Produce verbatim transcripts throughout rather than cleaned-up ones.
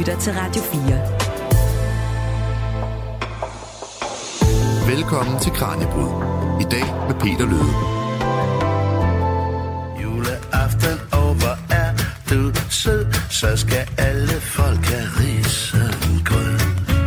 lytter til Radio fire. Velkommen til Kraniebrud. I dag med Peter Løde. Juleaften over, er du sød, så skal alle folk have risengrød.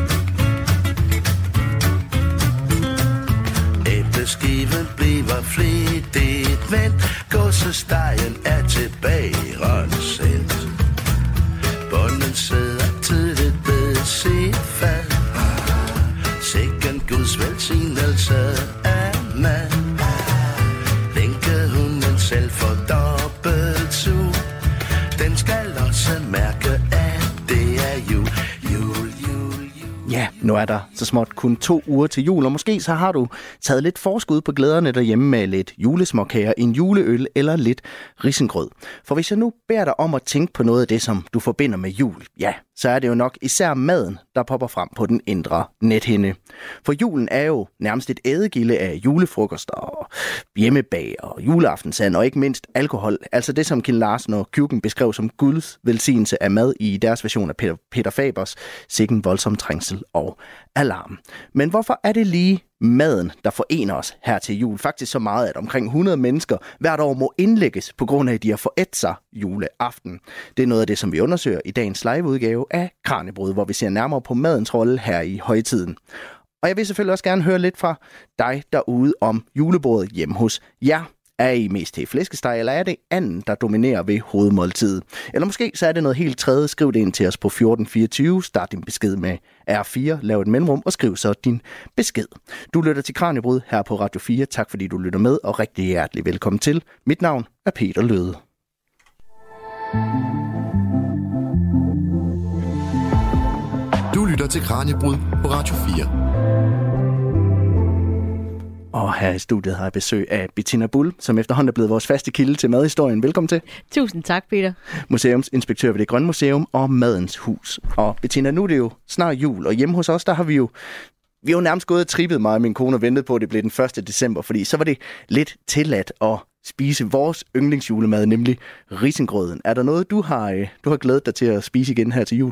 Æbleskiven bliver flittigt vendt, gåsestegen er tilbage rensendt. Bunden sidder tydeligt ved sit fad. Sikken Guds velsignelse af mad. Lænkehunden selv får dobbelt sug. Den skal også mærke, at det er jul, jul, jul, jul. Ja, nu er der så småt kun to uger til jul, og måske så har du taget lidt forskud på glæderne derhjemme med lidt julesmåkager, en juleøl eller lidt risengrød. For hvis jeg nu beder dig om at tænke på noget af det, som du forbinder med jul, ja, så er det jo nok især maden, der popper frem på den indre nethinde. For julen er jo nærmest et ædegilde af julefrokoster og hjemmebag og juleaftensand og ikke mindst alkohol. Altså det, som Kim Larsen og Kjuken beskrev som Guds velsignelse af mad i deres version af Peter, Peter Fabers Sikken voldsom trængsel og alarm. Men hvorfor er det lige maden, der forener os her til jul? Faktisk så meget, at omkring hundrede mennesker hvert år må indlægges på grund af, at de har forædt sig juleaften. Det er noget af det, som vi undersøger i dagens liveudgave af Kraniebrud, hvor vi ser nærmere på madens rolle her i højtiden. Og jeg vil selvfølgelig også gerne høre lidt fra dig derude om julebordet hjemme hos jer. Er I mest til flæskesteg, eller er det anden, der dominerer ved hovedmåltidet? Eller måske så er det noget helt tredje. Skriv det ind til os på fjorten fireogtyve. Start din besked med R fire. Lav et mellemrum og skriv så din besked. Du lytter til Kraniebrud her på Radio fire. Tak fordi du lytter med, og rigtig hjertelig velkommen til. Mit navn er Peter Løde. Du lytter til Kraniebrud på Radio fire. Og her i studiet har jeg besøg af Bettina Bull, som efterhånden er blevet vores faste kilde til madhistorien. Velkommen til. Tusind tak, Peter. Museumsinspektør ved Det Grønne Museum og Madens Hus. Og Bettina, nu er det jo snart jul, og hjemme hos os, der har vi jo vi har jo nærmest gået og trippet mig og min kone og ventet på, at det blev den første december, fordi så var det lidt tilladt at spise vores yndlingsjulemad, nemlig risengrøden. Er der noget, du har, du har glædet dig til at spise igen her til jul?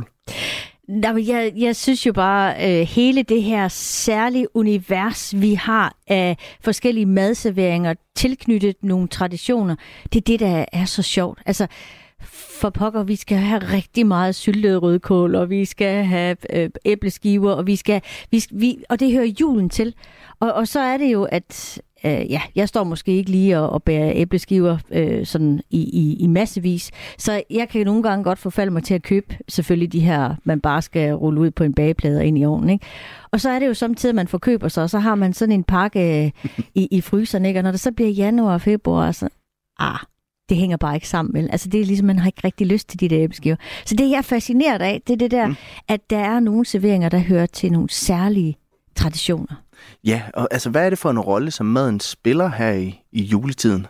Jeg, jeg synes jo bare, at øh, hele det her særlige univers, vi har af forskellige madserveringer, tilknyttet nogle traditioner, det er det, der er så sjovt. Altså, for pokker, vi skal have rigtig meget syltet rødkål, og vi skal have øh, æbleskiver, og vi skal, vi, vi, og det hører julen til. Og, og så er det jo, at øh, ja, jeg står måske ikke lige og, og bærer æbleskiver øh, sådan i, i, i massevis, så jeg kan nogle gange godt forfalde mig til at købe selvfølgelig de her, man bare skal rulle ud på en bageplade og ind i ovnen, ikke? Og så er det jo samtidig, at man forkøber sig, og så har man sådan en pakke i, i fryseren, ikke? Og når det så bliver januar og februar, så ah, det hænger bare ikke sammen, vel? Altså det er ligesom, man har ikke rigtig lyst til de der æbleskiver. Så det, jeg er fascineret af, det er det der, mm. at der er nogle serveringer, der hører til nogle særlige traditioner. Ja, og altså, hvad er det for en rolle, som maden spiller her i, i juletiden?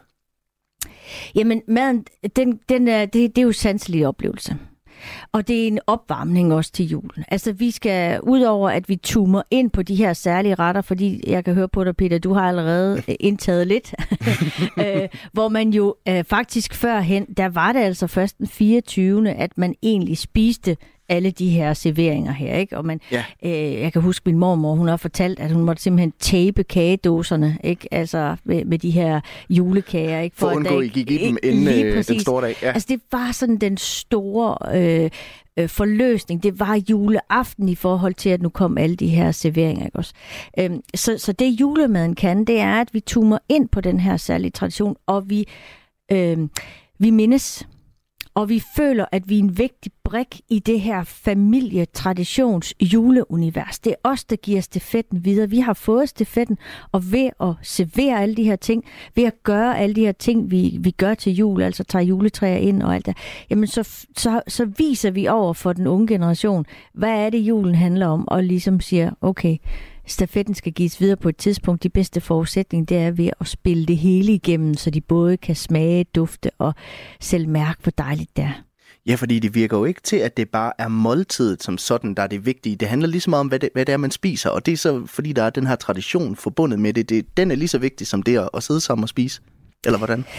Jamen, maden, den, den er, det, det er jo sanselig oplevelse. Og det er en opvarmning også til julen. Altså, vi skal, udover at vi tumer ind på de her særlige retter, fordi jeg kan høre på dig, Peter, du har allerede indtaget lidt, øh, hvor man jo øh, faktisk førhen, der var det altså først den fireogtyvende at man egentlig spiste alle de her serveringer her, ikke? Og man, ja. øh, jeg kan huske min mormor, hun har fortalt, at hun måtte simpelthen tape kagedåserne, ikke? Altså med, med de her julekager, ikke? For, for at undgå, I gik i dem inden den store dag. Ja. Altså det var sådan den store øh, øh, forløsning. Det var juleaften i forhold til, at nu kom alle de her serveringer, ikke også? Øhm, så, så det julemaden kan, det er, at vi tumer ind på den her særlige tradition, og vi, øh, vi mindes. Og vi føler, at vi er en vigtig brik i det her familietraditions juleunivers. Det er os, der giver stafetten videre. Vi har fået stafetten, og ved at servere alle de her ting, ved at gøre alle de her ting, vi, vi gør til jul, altså tager juletræer ind og alt det, jamen så, så, så viser vi over for den unge generation, hvad er det, julen handler om, og ligesom siger, okay, stafetten skal gives videre på et tidspunkt. De bedste forudsætning, det er ved at spille det hele igennem, så de både kan smage, dufte og selv mærke, hvor dejligt det er. Ja, fordi det virker jo ikke til, at det bare er måltidet som sådan, der er det vigtige. Det handler lige så meget om, hvad det, hvad det er, man spiser, og det er så, fordi der er den her tradition forbundet med det. det den er lige så vigtig som det at, at sidde sammen og spise, eller hvordan?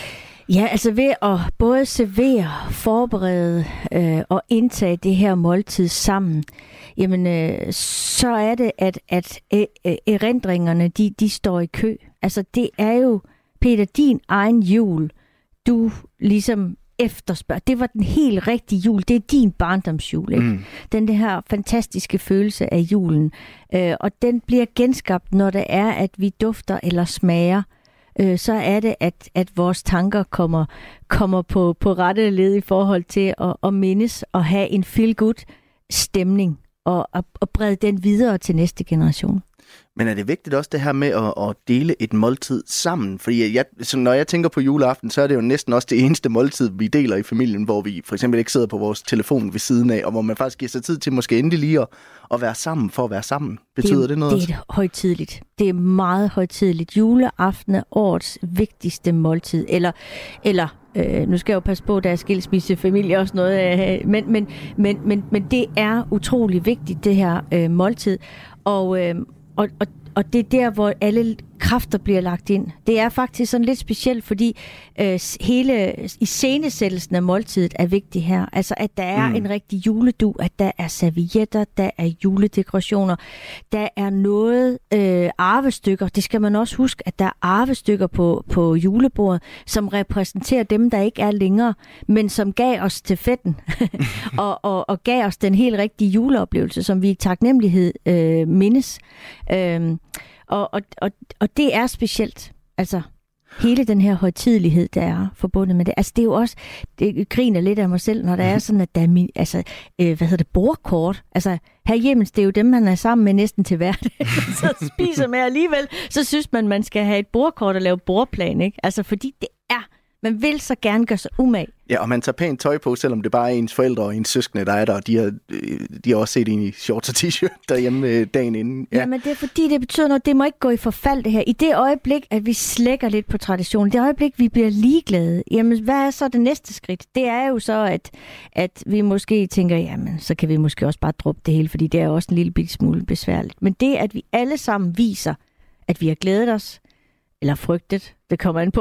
Ja, altså ved at både servere, forberede øh, og indtage det her måltid sammen, jamen øh, så er det, at, at øh, erindringerne, de, de står i kø. Altså det er jo, Peter, din egen jul, du ligesom efterspørger. Det var den helt rigtige jul. Det er din barndomsjul, ikke? Mm. Den det her fantastiske følelse af julen. Øh, og den bliver genskabt, når det er, at vi dufter eller smager. Øh, så er det, at, at vores tanker kommer, kommer på, på rette led i forhold til at, at mindes og have en feel-good stemning og at, at brede den videre til næste generation. Men er det vigtigt også det her med at, at dele et måltid sammen? Fordi jeg, så når jeg tænker på juleaften, så er det jo næsten også det eneste måltid, vi deler i familien, hvor vi for eksempel ikke sidder på vores telefon ved siden af, og hvor man faktisk giver sig tid til måske endelig lige at, at være sammen for at være sammen. Betyder det, det noget? Det er højtideligt. Det er meget højtideligt. Juleaften er årets vigtigste måltid. Eller, eller øh, nu skal jeg jo passe på, der er skilsmissefamilie og sådan noget, øh, men, men, men, men, men det er utrolig vigtigt, det her øh, måltid. Og øh, Og, og, og det er der, hvor alle kræfter bliver lagt ind. Det er faktisk sådan lidt specielt, fordi øh, hele iscenesættelsen af måltidet er vigtig her. Altså, at der er mm. en rigtig juledu, at der er servietter, der er juledekorationer, der er noget øh, arvestykker. Det skal man også huske, at der er arvestykker på, på julebordet, som repræsenterer dem, der ikke er længere, men som gav os stafetten og, og, og gav os den helt rigtige juleoplevelse, som vi i taknemmelighed øh, mindes. Øh, Og, og, og, og det er specielt, altså hele den her højtidelighed, der er forbundet med det. Altså det er jo også, det griner lidt af mig selv, når der er sådan, at der er min, altså, øh, hvad hedder det, bordkort. Altså herhjemme, det er jo dem, man er sammen med næsten til hverdag. Så spiser med alligevel, så synes man, man skal have et bordkort og lave bordplan, ikke? Altså fordi det er, man vil så gerne gøre sig umage. Ja, og man tager pænt tøj på, selvom det bare er ens forældre og ens søskende, der er der, og de har, de har også set en i shorts og t-shirt derhjemme dagen inden. Ja. Jamen det er fordi, det betyder noget, det må ikke gå i forfald det her. I det øjeblik, at vi slækker lidt på traditionen, det øjeblik, vi bliver ligeglade, jamen hvad er så det næste skridt? Det er jo så, at, at vi måske tænker, jamen så kan vi måske også bare droppe det hele, fordi det er også en lille bitte smule besværligt. Men det, at vi alle sammen viser, at vi har glædet os, eller frygtet, det kommer an på.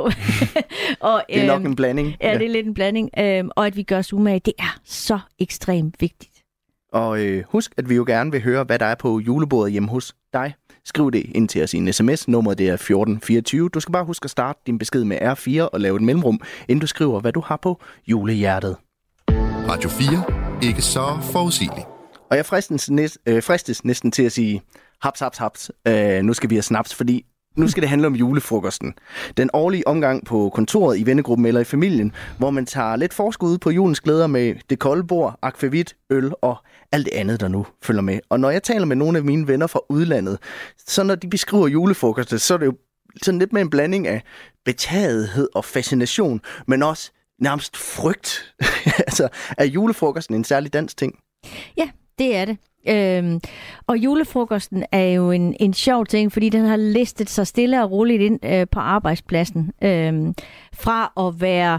og, det er nok øhm, en blanding. Ja, ja, det er lidt en blanding. Øhm, og at vi gør os umage, det er så ekstremt vigtigt. Og øh, husk, at vi jo gerne vil høre, hvad der er på julebordet hjemme hos dig. Skriv det ind til os i en sms. Nummeret det er fjorten fireogtyve. Du skal bare huske at starte din besked med R fire og lave et mellemrum, inden du skriver, hvad du har på julehjertet. Radio fire. Ikke så forudsigeligt. Og jeg fristes, næst, øh, fristes næsten til at sige, haps, haps, haps. Øh, nu skal vi have snaps, fordi nu skal det handle om julefrokosten. Den årlige omgang på kontoret i vennegruppen eller i familien, hvor man tager lidt forskud på julens glæder med det kolde bord, akvavit, øl og alt det andet, der nu følger med. Og når jeg taler med nogle af mine venner fra udlandet, så når de beskriver julefrokosten, så er det jo sådan lidt med en blanding af betagethed og fascination, men også nærmest frygt. Altså, er julefrokosten en særlig dansk ting? Ja, det er det. Øhm, og julefrokosten er jo en, en sjov ting, fordi den har listet sig stille og roligt ind øh, på arbejdspladsen. Øhm, fra at være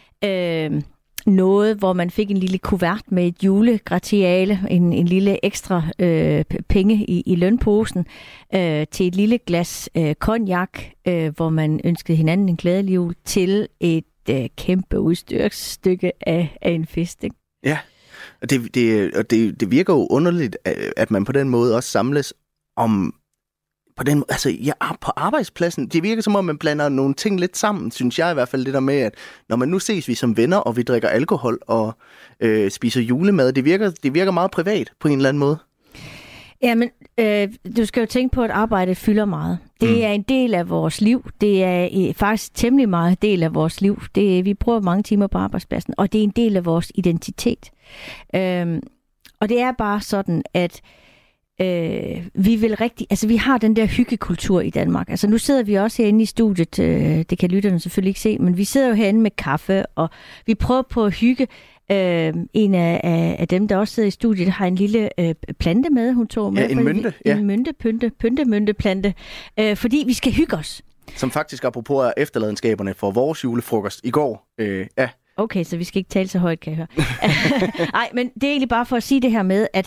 øh, noget, hvor man fik en lille kuvert med et julegratiale, en, en lille ekstra øh, penge i, i lønposen, øh, til et lille glas øh, cognac, øh, hvor man ønskede hinanden en glædelig jul, til et øh, kæmpe udstyrsstykke af, af en fest, ikke? Ja. Og det, det, og det, det virker jo underligt, at man på den måde også samles om, på den, altså ja, på arbejdspladsen. Det virker som om, man blander nogle ting lidt sammen, synes jeg i hvert fald, det der med, at når man nu ses vi som venner, og vi drikker alkohol og øh, spiser julemad, det virker, det virker meget privat på en eller anden måde. Jamen, øh, du skal jo tænke på, at arbejdet fylder meget. Det mm. er en del af vores liv. Det er faktisk temmelig meget del af vores liv. Det, vi bruger mange timer på arbejdspladsen, og det er en del af vores identitet. Øhm, og det er bare sådan, at øh, vi vil rigtig, altså vi har den der hyggekultur i Danmark. Altså nu sidder vi også herinde i studiet, øh, det kan lytterne selvfølgelig ikke se, men vi sidder jo herinde med kaffe, og vi prøver på at hygge. Øh, en af, af dem, der også sidder i studiet, har en lille øh, plante med, hun tog med. Ja, en mynte. En ja. mynte, pynte, pynte, mynte, plante. Øh, fordi vi skal hygge os. Som faktisk apropos efterladenskaberne for vores julefrokost i går. Øh, ja. Okay, så vi skal ikke tale så højt, kan jeg høre. Nej, men det er egentlig bare for at sige det her med, at,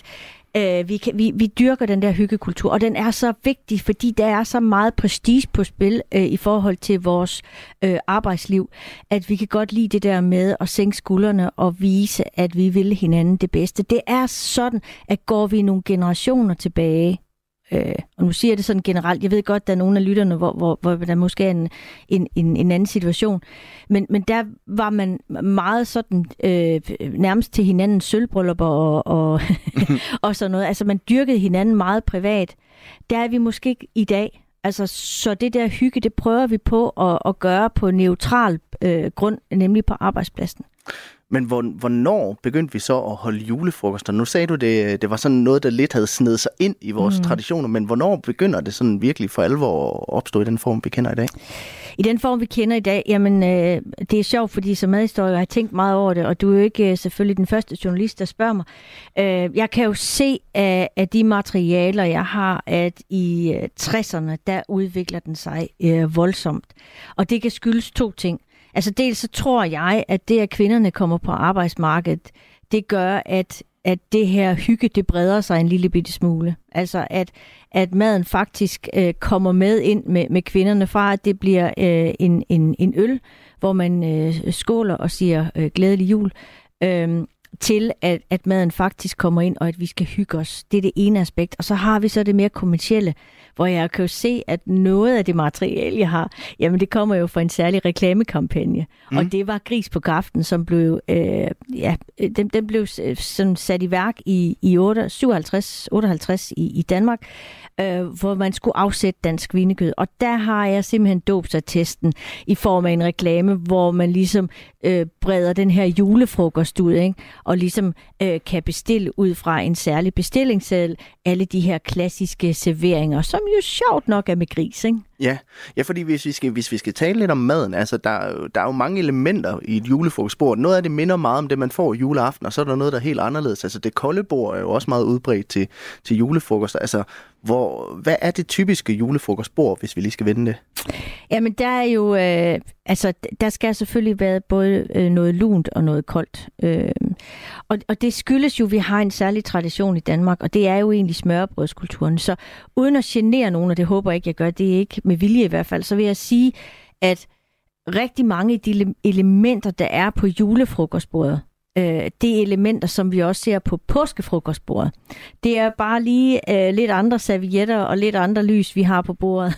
Øh, vi, kan, vi, vi dyrker den der hyggekultur, og den er så vigtig, fordi der er så meget prestige på spil øh, i forhold til vores øh, arbejdsliv, at vi kan godt lide det der med at sænke skuldrene og vise, at vi vil hinanden det bedste. Det er sådan, at går vi nogle generationer tilbage, øh, og nu siger jeg det sådan generelt, jeg ved godt, der er nogle af lytterne, hvor, hvor, hvor der måske er en, en, en, en anden situation, men, men der var man meget sådan øh, nærmest til hinandens sølvbryllupper og, og, og sådan noget. Altså man dyrkede hinanden meget privat. Der er vi måske ikke i dag. Altså, så det der hygge, det prøver vi på at, at gøre på neutral øh, grund, nemlig på arbejdspladsen. Men hvornår begyndte vi så at holde julefrokoster? Nu sagde du, det, det var sådan noget, der lidt havde snedet sig ind i vores mm. traditioner, men hvornår begynder det sådan virkelig for alvor at opstå i den form, vi kender i dag? I den form, vi kender i dag, jamen øh, det er sjovt, fordi som madhistoriker har jeg tænkt meget over det, og du er jo ikke øh, selvfølgelig den første journalist, der spørger mig. Øh, jeg kan jo se af, af de materialer, jeg har, at i øh, tresserne, der udvikler den sig øh, voldsomt. Og det kan skyldes to ting. Altså dels så tror jeg, at det, at kvinderne kommer på arbejdsmarkedet, det gør, at, at det her hygge, det breder sig en lille bitte smule. Altså at, at maden faktisk øh, kommer med ind med, med kvinderne fra, at det bliver øh, en, en, en øl, hvor man øh, skåler og siger øh, glædelig jul, øh, til at, at maden faktisk kommer ind, og at vi skal hygge os. Det er det ene aspekt. Og så har vi så det mere kommercielle, hvor jeg kan jo se, at noget af det materiale, jeg har, jamen det kommer jo fra en særlig reklamekampagne. Mm. Og det var Gris på Kaften, som blev, øh, ja, den, den blev sådan sat i værk i, i syvoghalvtreds otteoghalvtreds i, i Danmark, øh, hvor man skulle afsætte dansk svinekød. Og der har jeg simpelthen dåbsattesten i form af en reklame, hvor man ligesom øh, breder den her julefrokost ud, ikke? Og ligesom øh, kan bestille ud fra en særlig bestillingsseddel alle de her klassiske serveringer, som jo sjovt nok er med gris, ikke? Ja, ja, fordi hvis vi, skal, hvis vi skal tale lidt om maden, altså der, der er jo mange elementer i et julefrokostbord. Noget af det minder meget om det, man får juleaften, og så er der noget, der er helt anderledes. Altså det kolde bord er jo også meget udbredt til, til julefrokoster. Altså, hvor, hvad er det typiske julefrokostbord, hvis vi lige skal vende det? Jamen, der er jo, øh, altså, der skal selvfølgelig være både øh, noget lunt og noget koldt. Øh, og, og det skyldes jo, at vi har en særlig tradition i Danmark, og det er jo egentlig smørrebrødskulturen. Så uden at genere nogen, og det håber jeg ikke, jeg gør, det er ikke med vilje i hvert fald, så vil jeg sige, at rigtig mange af de elementer, der er på julefrokostbordet, øh, det er elementer, som vi også ser på påskefrokostbordet. Det er bare lige øh, lidt andre servietter og lidt andre lys, vi har på bordet.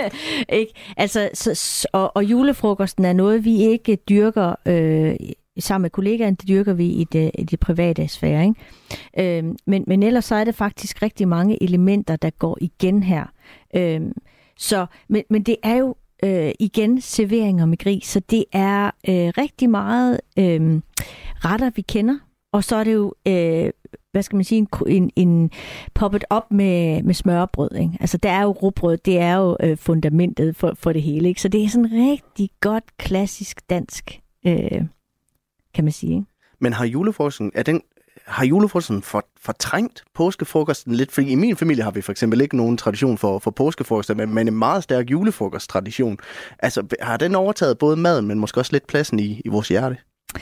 ikke? Altså, så, og, og julefrokosten er noget, vi ikke dyrker øh, sammen med kollegaerne, det dyrker vi i det, i det private sfære. Ikke? Øh, men, men ellers så er det faktisk rigtig mange elementer, der går igen her. Øh, så, men, men det er jo øh, igen serveringer med gris, så det er øh, rigtig meget øh, retter, vi kender, og så er det jo, øh, hvad skal man sige, en, en poppet op med, med smørbrød. Ikke? Altså der er jo rugbrød, det er jo øh, fundamentet for, for det hele, ikke? Så det er sådan rigtig godt klassisk dansk, øh, kan man sige. Ikke? Men har julefrokosten, er den Har julefrokosten for, fortrængt påskefrokosten lidt? Fordi i min familie har vi for eksempel ikke nogen tradition for, for påskefrokoster, men, men en meget stærk julefrokosttradition. Altså har den overtaget både maden, men måske også lidt pladsen i, i vores hjerte?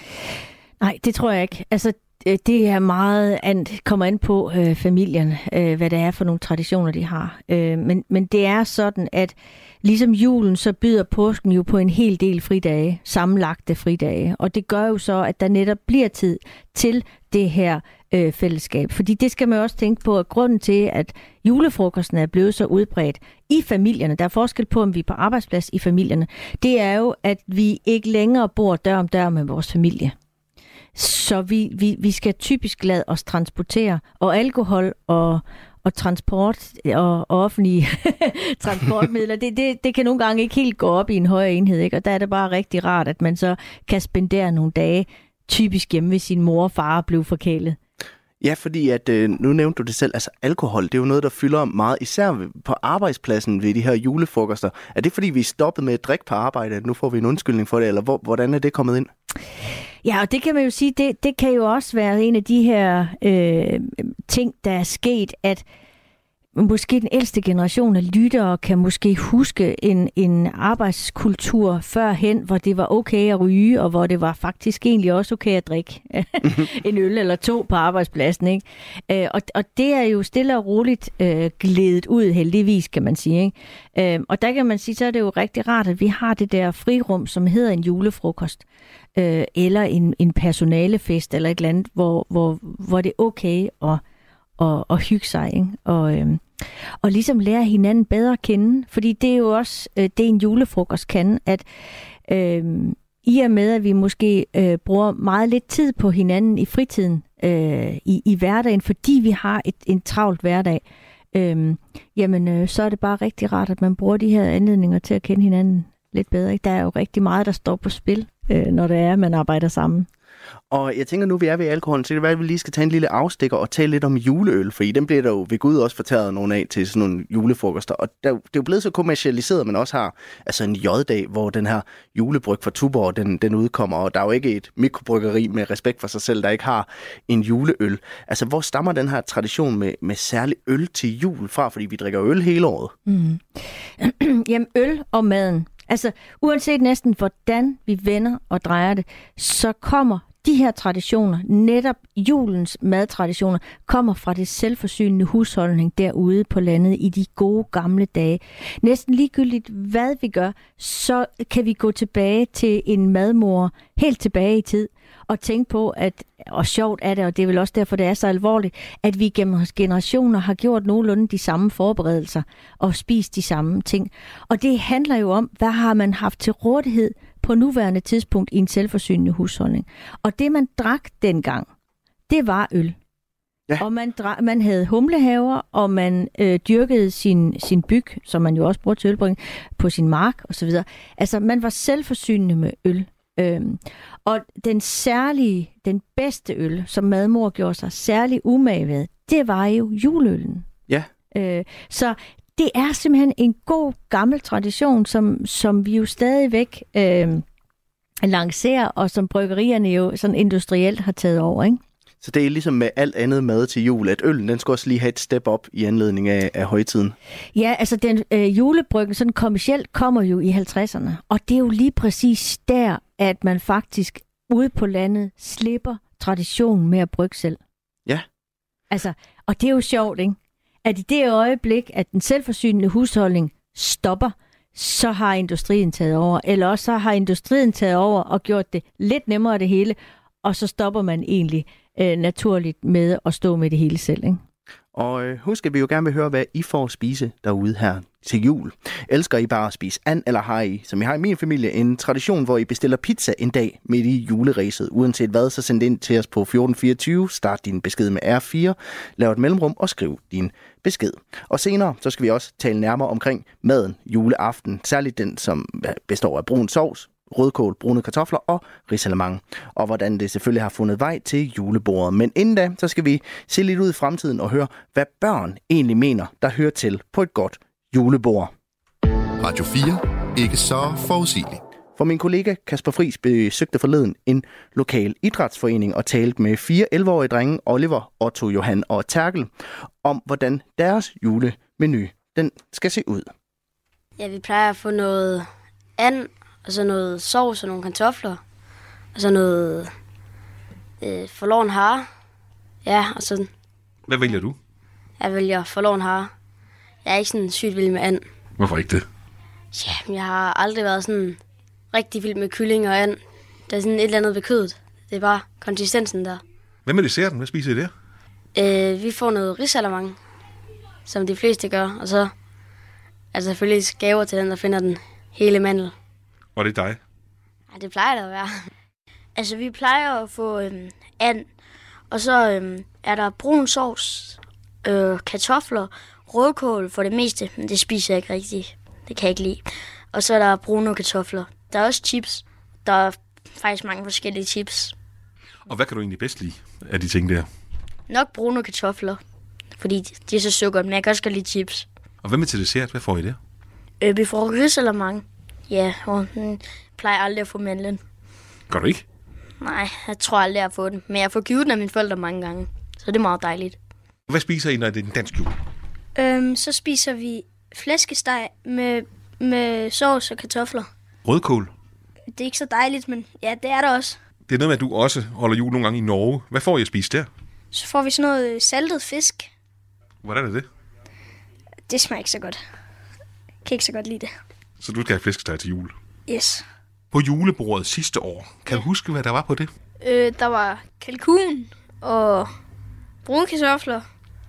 Nej, det tror jeg ikke. Altså det er meget an, kommer an på øh, familien, øh, hvad det er for nogle traditioner, de har. Øh, men, men det er sådan, at ligesom julen, så byder påsken jo på en hel del fridage, sammenlagte fridage. Og det gør jo så, at der netop bliver tid til det her øh, fællesskab. Fordi det skal man også tænke på, at grunden til, at julefrokosten er blevet så udbredt i familierne, der er forskel på, om vi er på arbejdsplads i familierne, det er jo, at vi ikke længere bor dør om dør med vores familie. Så vi, vi, vi skal typisk lade os transportere, og alkohol og, og transport og, og offentlige transportmidler, det, det, det kan nogle gange ikke helt gå op i en højere enhed, ikke? Og der er det bare rigtig rart, at man så kan spendere nogle dage typisk hjemme ved sin mor og far og blive forkælet. Ja, fordi at, øh, nu nævnte du det selv, altså alkohol, det er jo noget, der fylder meget, især på arbejdspladsen ved de her julefrokoster. Er det fordi, vi er stoppet med at drikke på arbejde, at nu får vi en undskyldning for det, eller hvor, hvordan er det kommet ind? Ja, og det kan man jo sige, det, det kan jo også være en af de her øh, ting, der er sket, at måske den ældste generation af lyttere kan måske huske en, en arbejdskultur førhen, hvor det var okay at ryge, og hvor det var faktisk egentlig også okay at drikke en øl eller to på arbejdspladsen. Ikke? Øh, og, og det er jo stille og roligt øh, glædet ud, heldigvis, kan man sige. Ikke? Øh, og der kan man sige, så er det jo rigtig rart, at vi har det der frirum, som hedder en julefrokost, øh, eller en, en personalefest, eller et eller andet, hvor, hvor, hvor det er okay at Og, og hygge sig, ikke? Og, øhm, og ligesom lære hinanden bedre at kende. Fordi det er jo også øh, det, en julefrokost kan, at øhm, i og med, at vi måske øh, bruger meget lidt tid på hinanden i fritiden, øh, i, i hverdagen, fordi vi har et, en travlt hverdag, øh, jamen øh, så er det bare rigtig rart, at man bruger de her anledninger til at kende hinanden lidt bedre. Ikke? Der er jo rigtig meget, der står på spil, øh, når det er, at man arbejder sammen. Og jeg tænker nu, vi er ved alkoholen, så det kan være, at vi lige skal tage en lille afstikker og tale lidt om juleøl, for i den bliver der jo ved Gud også fortæret nogle af til sådan nogle julefrokoster. Og der, det er jo blevet så kommercialiseret, at man også har altså en J-dag, hvor den her julebryg fra Tuborg, den, den udkommer, og der er jo ikke et mikrobryggeri med respekt for sig selv, der ikke har en juleøl. Altså, hvor stammer den her tradition med, med særlig øl til jul fra? Fordi vi drikker øl hele året. Mm. Jamen, øl og maden. Altså, uanset næsten hvordan vi vender og drejer det, så kommer de her traditioner, netop julens madtraditioner, kommer fra det selvforsynende husholdning derude på landet i de gode gamle dage. Næsten ligegyldigt hvad vi gør, så kan vi gå tilbage til en madmor helt tilbage i tid og tænke på, at, og sjovt er det, og det er vel også derfor, det er så alvorligt, at vi gennem generationer har gjort nogenlunde de samme forberedelser og spist de samme ting. Og det handler jo om, hvad har man haft til rådighed på nuværende tidspunkt i en selvforsynende husholdning. Og det, man drak dengang, det var øl. Ja. Og man, drak, man havde humlehaver, og man øh, dyrkede sin, sin byg, som man jo også bruger til ølbrygning, på sin mark osv. Altså, man var selvforsynende med øl. Øhm, og den særlige, den bedste øl, som madmor gjorde sig særlig umage ved, det var jo juleøllen. Ja. Øh, så det er simpelthen en god gammel tradition, som, som vi jo stadigvæk øh, lancerer, og som bryggerierne jo sådan industrielt har taget over, ikke? Så det er ligesom med alt andet mad til jul, at øllen, den skal også lige have et step op i anledning af, af højtiden. Ja, altså den øh, julebryggen, sådan kommercielt, kommer jo i halvtredserne, og det er jo lige præcis der, at man faktisk ude på landet slipper traditionen med at brygge selv. Ja. Altså, og det er jo sjovt, ikke? At i det øjeblik, at den selvforsynende husholdning stopper, så har industrien taget over. Eller også så har industrien taget over og gjort det lidt nemmere det hele, og så stopper man egentlig øh, naturligt med at stå med det hele selv, ikke? Og øh, husk, at vi jo gerne vil høre, hvad I får at spise derude her til jul. Elsker I bare at spise and, eller har I, som I har i min familie, en tradition, hvor I bestiller pizza en dag midt i juleræset? Uanset hvad, så send ind til os på fjorten fireogtyve, start din besked med R fire, lav et mellemrum og skriv din besked. Og senere, så skal vi også tale nærmere omkring maden juleaften, særligt den, som består af brun sovs, rødkål, brune kartofler og risalemang, og hvordan det selvfølgelig har fundet vej til julebordet. Men inden da, så skal vi se lidt ud i fremtiden og høre, hvad børn egentlig mener, der hører til på et godt julebord. Radio fire. Ikke så forudsigeligt. For min kollega Kasper Friis besøgte forleden en lokal idrætsforening og talte med fire elleve-årige drenge, Oliver, Otto, Johan og Terkel, om hvordan deres julemenu den skal se ud. Ja, vi plejer at få noget and, og så noget sovs og nogle kartofler, og så noget øh, forloren hare. Ja, og sådan. Hvad vælger du? Jeg vælger forloren hare. Jeg er ikke sådan sygt vild med and. Hvorfor ikke det? Ja, jeg har aldrig været sådan rigtig vild med kylling og and. Der er sådan et eller andet ved kødet. Det er bare konsistensen der. Hvad med desserten? Hvad spiser I der? Øh, vi får noget risalemang, som de fleste gør, og så er der selvfølgelig gaver til den, der finder den hele mandel. Og det er dig? Ja, det plejer det at være. Altså, vi plejer at få øhm, and, og så øhm, er der brun sovs, øh, kartofler, rødkål for det meste, men det spiser jeg ikke rigtigt. Det kan jeg ikke lide. Og så er der brune kartofler. Der er også chips. Der er faktisk mange forskellige chips. Og hvad kan du egentlig bedst lide af de ting der? Nok brune kartofler, fordi de er så sukkert, men jeg kan også godt lide chips. Og hvad med til dessert? Hvad får I der? Øh, vi får risalemang. Ja, og den plejer aldrig at få mandlen. Gør du ikke? Nej, jeg tror aldrig, jeg har fået den. Men jeg får givet den af mine forældre mange gange. Så det er meget dejligt. Hvad spiser I, når det er en dansk jul? Øhm, så spiser vi flæskesteg med, med sovs og kartofler. Rødkål. Det er ikke så dejligt, men ja, det er der også. Det er noget med, at du også holder jul nogle gange i Norge. Hvad får I at spise der? Så får vi sådan noget saltet fisk. Hvordan er det? Det smager ikke så godt. Jeg kan ikke så godt lide det. Så du skal have flæskesteg til jul. Yes. På julebordet sidste år, kan du huske, hvad der var på det? Øh, der var kalkun og brune kartofler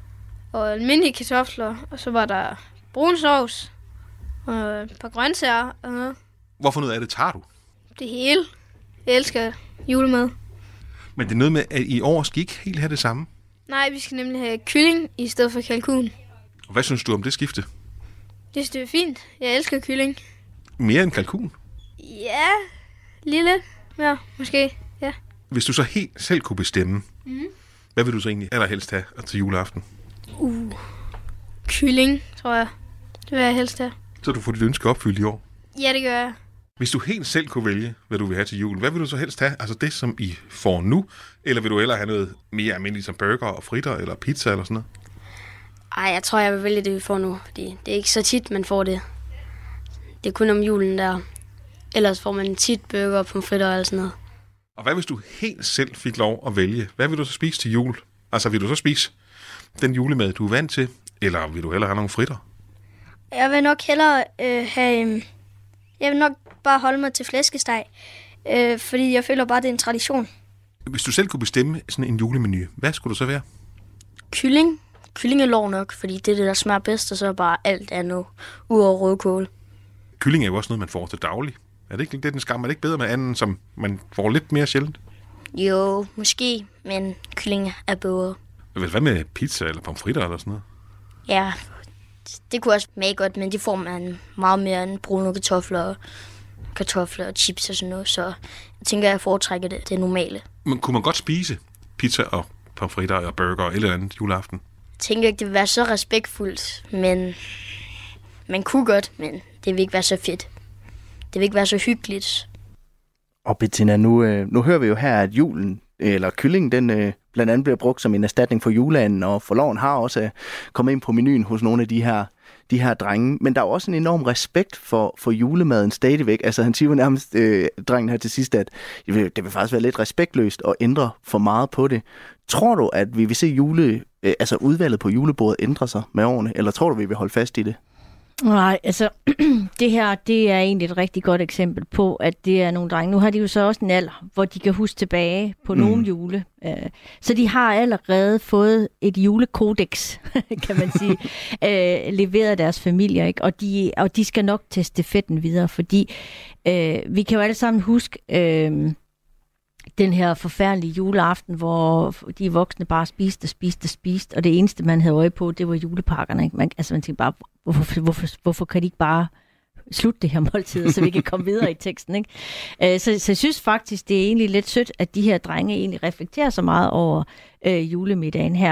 og almindelige kartofler. Og så var der brun sovs og et par grøntsager og noget. Hvorfor noget af det tager du? Det hele. Jeg elsker julemad. Men det er noget med, at i år skal I ikke helt have det samme. Nej, vi skal nemlig have kylling i stedet for kalkun. Og hvad synes du om det skifte? Det synes det er fint. Jeg elsker kylling. Mere end kalkun? Ja, lige lidt mere, måske. Ja. Hvis du så helt selv kunne bestemme, mm. hvad vil du så egentlig allerhelst have til juleaften? Uh, kylling, tror jeg. Det vil jeg helst have. Så du får dit ønske opfyldt i år? Ja, det gør jeg. Hvis du helt selv kunne vælge, hvad du vil have til jul, hvad vil du så helst have? Altså det, som I får nu? Eller vil du hellere have noget mere almindeligt som burger og fritter eller pizza eller sådan noget? Ej, jeg tror, jeg vil vælge det, vi får nu. Fordi det er ikke så tit, man får det. Det er kun om julen der. Ellers får man tit burger og pomfritter og sådan noget. Og hvad hvis du helt selv fik lov at vælge? Hvad vil du så spise til jul? Altså vil du så spise den julemad, du er vant til? Eller vil du hellere have nogle fritter? Jeg vil nok hellere øh, have... Jeg vil nok bare holde mig til flæskesteg. Øh, fordi jeg føler bare, det er en tradition. Hvis du selv kunne bestemme sådan en julemenu, hvad skulle du så være? Kylling. Kylling er lov nok, fordi det er det, der smager bedst, og så er bare alt andet udover rødkål. Kylling er jo også noget, man får til daglig. Er det ikke det, den skam? Er det ikke bedre med anden, som man får lidt mere sjældent? Jo, måske, men kylling er bedre. Hvad med pizza eller pomfritter eller sådan noget? Ja, det kunne også smage godt, men det får man meget mere end brune kartofler, kartofler og chips og sådan noget. Så jeg tænker, at jeg foretrækker det, det normale. Men kunne man godt spise pizza og pomfritter og burger og et eller andet juleaften? Jeg tænker ikke, det vil være så respektfuldt, men man kunne godt, men det vil ikke være så fedt. Det vil ikke være så hyggeligt. Og Bettina, nu, øh, nu hører vi jo her, at julen, eller kyllingen, den øh, blandt andet bliver brugt som en erstatning for juleanden, og forloven har også øh, kommet ind på menuen hos nogle af de her, de her drenge. Men der er også en enorm respekt for, for julemaden stadigvæk. Altså han siger jo nærmest, øh, drengen her til sidst, at det vil, det vil faktisk være lidt respektløst at ændre for meget på det. Tror du, at vi vil se jule, øh, altså udvalget på julebordet ændre sig med årene, eller tror du, vi vil holde fast i det? Nej, altså det her, det er egentlig et rigtig godt eksempel på, at det er nogle drenge. Nu har de jo så også en alder, hvor de kan huske tilbage på mm. nogle jule. Så de har allerede fået et julekodex, kan man sige, øh, leveret af deres familier, ikke? Og, de, og de skal nok til stafetten videre, fordi øh, vi kan jo alle sammen huske øh, den her forfærdelige juleaften, hvor de voksne bare spiste og spiste og spiste, og det eneste, man havde øje på, det var julepakkerne. Ikke? Man, altså man tænkte bare, hvorfor, hvorfor, hvorfor kan de ikke bare slutte det her måltid, så vi kan komme videre i teksten? Ikke? Øh, så, så jeg synes faktisk, det er egentlig lidt sødt, at de her drenge egentlig reflekterer så meget over øh, julemiddagen her.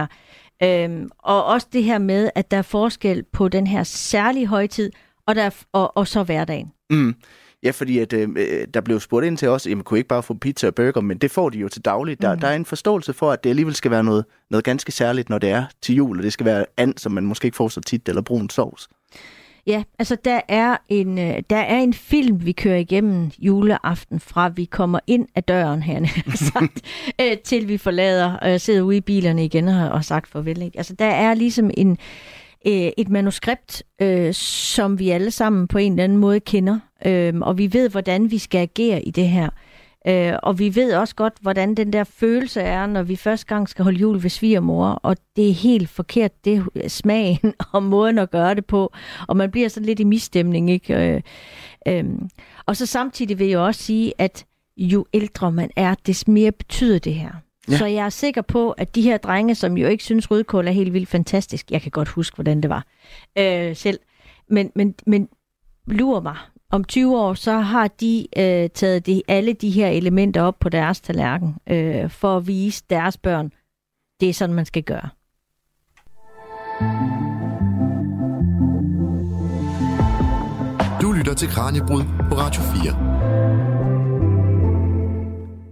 Øh, og også det her med, at der er forskel på den her særlige højtid, og, der, og, og så hverdagen. Mm. Ja, fordi at, øh, der blev spurgt ind til os, at man kunne ikke bare få pizza og burger, men det får de jo til dagligt. Der, mm. der er en forståelse for, at det alligevel skal være noget, noget ganske særligt, når det er til jul, og det skal være and, som man måske ikke får så tit, eller brun sovs. Ja, altså der er, en, der er en film, vi kører igennem juleaften, fra vi kommer ind ad døren her, sagt, øh, til vi forlader og øh, sidder ude i bilerne igen og har sagt farvel. Ikke? Altså der er ligesom en... et manuskript, øh, som vi alle sammen på en eller anden måde kender, øh, og vi ved, hvordan vi skal agere i det her. Øh, og vi ved også godt, hvordan den der følelse er, når vi første gang skal holde jul ved svigermor, og det er helt forkert, det er smagen og måden at gøre det på, og man bliver sådan lidt i misstemning, ikke? Øh, øh, og så samtidig vil jeg også sige, at jo ældre man er, des mere betyder det her. Ja. Så jeg er sikker på, at de her drenge, som jo ikke synes rødkål er helt vildt fantastisk, jeg kan godt huske, hvordan det var øh, selv, men, men, men lurer mig, om tyve år, så har de øh, taget de, alle de her elementer op på deres tallerken, øh, for at vise deres børn, det er sådan, man skal gøre. Du lytter til Kraniebrud på Radio fire.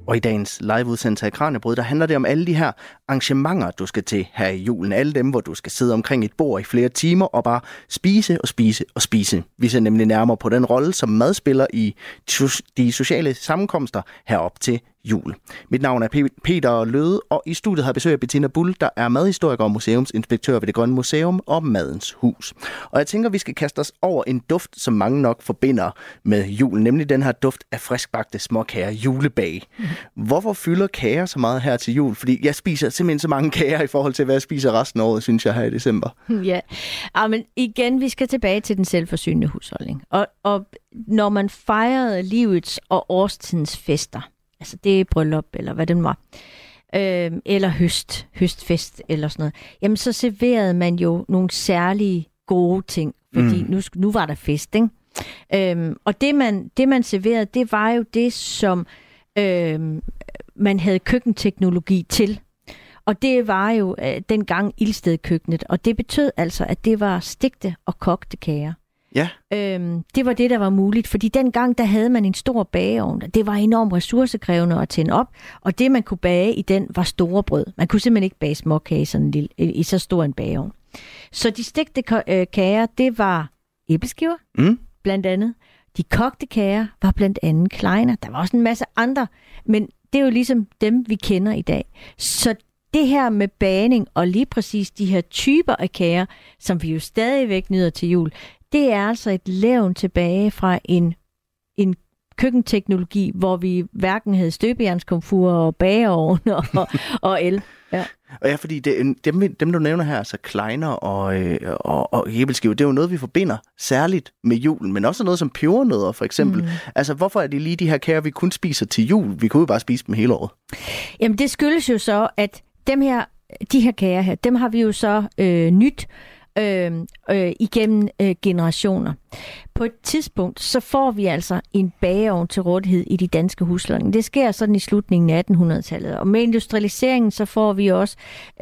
Og i dagens live-udsendelse af Kraniebrud, der handler det om alle de her arrangementer, du skal til her i julen. Alle dem, hvor du skal sidde omkring et bord i flere timer og bare spise og spise og spise. Vi ser nemlig nærmere på den rolle, som mad spiller i de sociale sammenkomster herop til jul. Mit navn er Peter Løde, og i studiet har jeg besøg af Bettina Bull, der er madhistoriker og museumsinspektør ved Det Grønne Museum og Madens Hus. Og jeg tænker, vi skal kaste os over en duft, som mange nok forbinder med julen, nemlig den her duft af friskbagte småkager, julebag. Hvorfor fylder kager så meget her til jul? Fordi jeg spiser simpelthen så mange kager i forhold til, hvad jeg spiser resten af året, synes jeg, her i december. Ja, ja men igen, vi skal tilbage til den selvforsynende husholdning. Og, og når man fejrede livets og årstidens fester, altså det er bryllup, eller hvad det var, øh, eller høst, høstfest, eller sådan noget, jamen så serverede man jo nogle særlige gode ting, fordi mm. nu, nu var der fest, ikke? Øh, og det man, det man serverede, det var jo det, som øh, man havde køkkenteknologi til. Og det var jo øh, dengang ildstedkøkkenet, og det betød altså, at det var stegte og kogte kager. Ja. Øhm, det var det, der var muligt, fordi dengang, der havde man en stor bageovn. Det var enormt ressourcekrævende at tænde op, og det, man kunne bage i den, var store brød. Man kunne simpelthen ikke bage småkage i, sådan en lille, i så stor en bageovn. Så de stegte kager, det var æbleskiver, mm. blandt andet. De kogte kager var blandt andet kleiner. Der var også en masse andre, men det er jo ligesom dem, vi kender i dag. Så det her med bagning, og lige præcis de her typer af kager, som vi jo stadigvæk nyder til jul, det er altså et levn tilbage fra en, en køkkenteknologi, hvor vi hverken havde støbejernskomfur og bageovn og, og el. Ja. Og ja, fordi det, dem, dem, du nævner her, altså kleiner og, og, og æbleskiver, det er jo noget, vi forbinder særligt med julen, men også noget som pebernødder for eksempel. Mm. Altså, hvorfor er det lige de her kager, vi kun spiser til jul? Vi kunne jo bare spise dem hele året. Jamen, det skyldes jo så, at dem her, de her kager her, dem har vi jo så øh, nyt øh, øh, igennem øh, generationer. På et tidspunkt, så får vi altså en bageovn til rådighed i de danske husholdninger. Det sker sådan i slutningen af attenhundredetallet. Og med industrialiseringen, så får vi også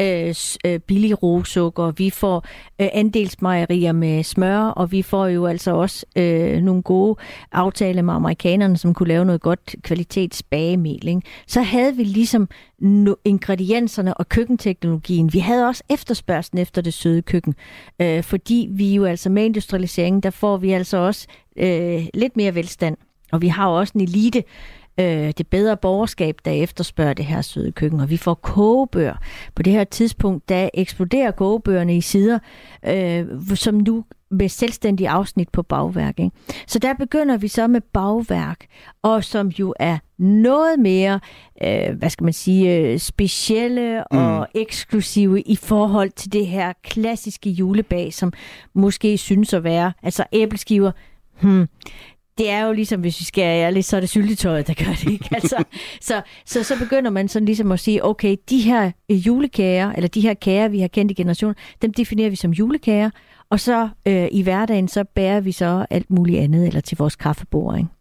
øh, billig rosukker, vi får øh, andelsmejerier med smør, og vi får jo altså også øh, nogle gode aftaler med amerikanerne, som kunne lave noget godt kvalitetsbagemel. Ikke? Så havde vi ligesom no- ingredienserne og køkkenteknologien. Vi havde også efterspørgslen efter det søde køkken, øh, fordi vi jo altså med industrialiseringen, der får vi altså også øh, lidt mere velstand. Og vi har jo også en elite, øh, det bedre borgerskab, der efterspørger det her søde køkken. Og vi får kogebøger. På det her tidspunkt, der eksploderer kogebøgerne i sider, øh, som nu med selvstændige afsnit på bagværk. Ikke? Så der begynder vi så med bagværk, og som jo er noget mere, øh, hvad skal man sige, øh, specielle og mm. eksklusive i forhold til det her klassiske julebag, som måske synes at være, altså æbleskiver, hmm, det er jo ligesom, hvis vi skal ærligt, så er det syltetøjet, der gør det, ikke? Altså, så, så, så begynder man sådan ligesom at sige, okay, de her julekager, eller de her kager, vi har kendt i generationer, dem definerer vi som julekager, og så øh, i hverdagen, så bærer vi så alt muligt andet, eller til vores kaffebord, ikke?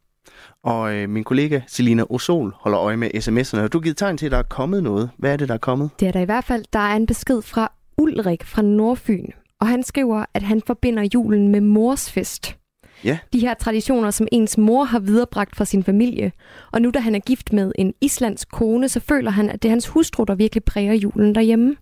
Og øh, min kollega Selina Osol holder øje med sms'erne, og du har givet tegn til, at der er kommet noget. Hvad er det, der er kommet? Det er der i hvert fald. Der er en besked fra Ulrik fra Nordfyn, og han skriver, at han forbinder julen med mors fest. Ja. De her traditioner, som ens mor har viderebragt fra sin familie. Og nu da han er gift med en islandsk kone, så føler han, at det er hans hustru, der virkelig præger julen derhjemme.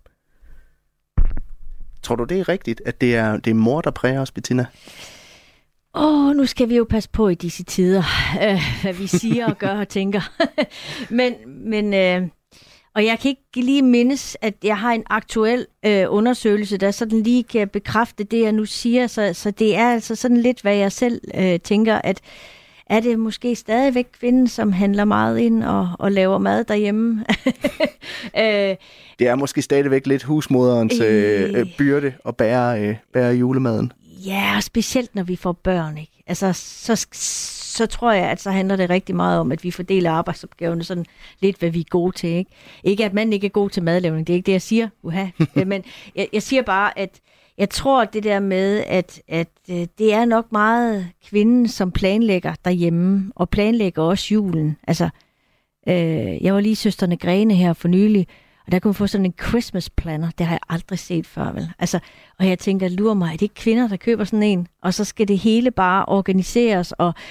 Tror du, det er rigtigt, at det er, det er mor, der præger os, Bettina? Åh, oh, nu skal vi jo passe på i disse tider, øh, hvad vi siger og gør og tænker. men, men øh, og jeg kan ikke lige mindes, at jeg har en aktuel øh, undersøgelse, der sådan lige kan bekræfte det, jeg nu siger. Så, så det er altså sådan lidt, hvad jeg selv øh, tænker, at er det måske stadigvæk kvinden, som handler meget ind og, og laver mad derhjemme? øh, det er måske stadigvæk lidt husmoderens øh, øh, byrde at bære, øh, bære julemaden. Ja, specielt når vi får børn, ikke? Altså, så, så tror jeg, at så handler det rigtig meget om, at vi fordeler arbejdsopgaverne sådan lidt, hvad vi er gode til, ikke? Ikke, at man ikke er god til madlavning, det er ikke det, jeg siger, uha. Men jeg, jeg siger bare, at jeg tror, at det der med, at, at det er nok meget kvinden, som planlægger derhjemme, og planlægger også julen. Altså, øh, jeg var lige søsterne Grene her for nylig, og der kunne man få sådan en Christmas planner. Det har jeg aldrig set før, vel? Altså, og jeg tænker, lurer mig, er det ikke kvinder, der køber sådan en? Og så skal det hele bare organiseres, og,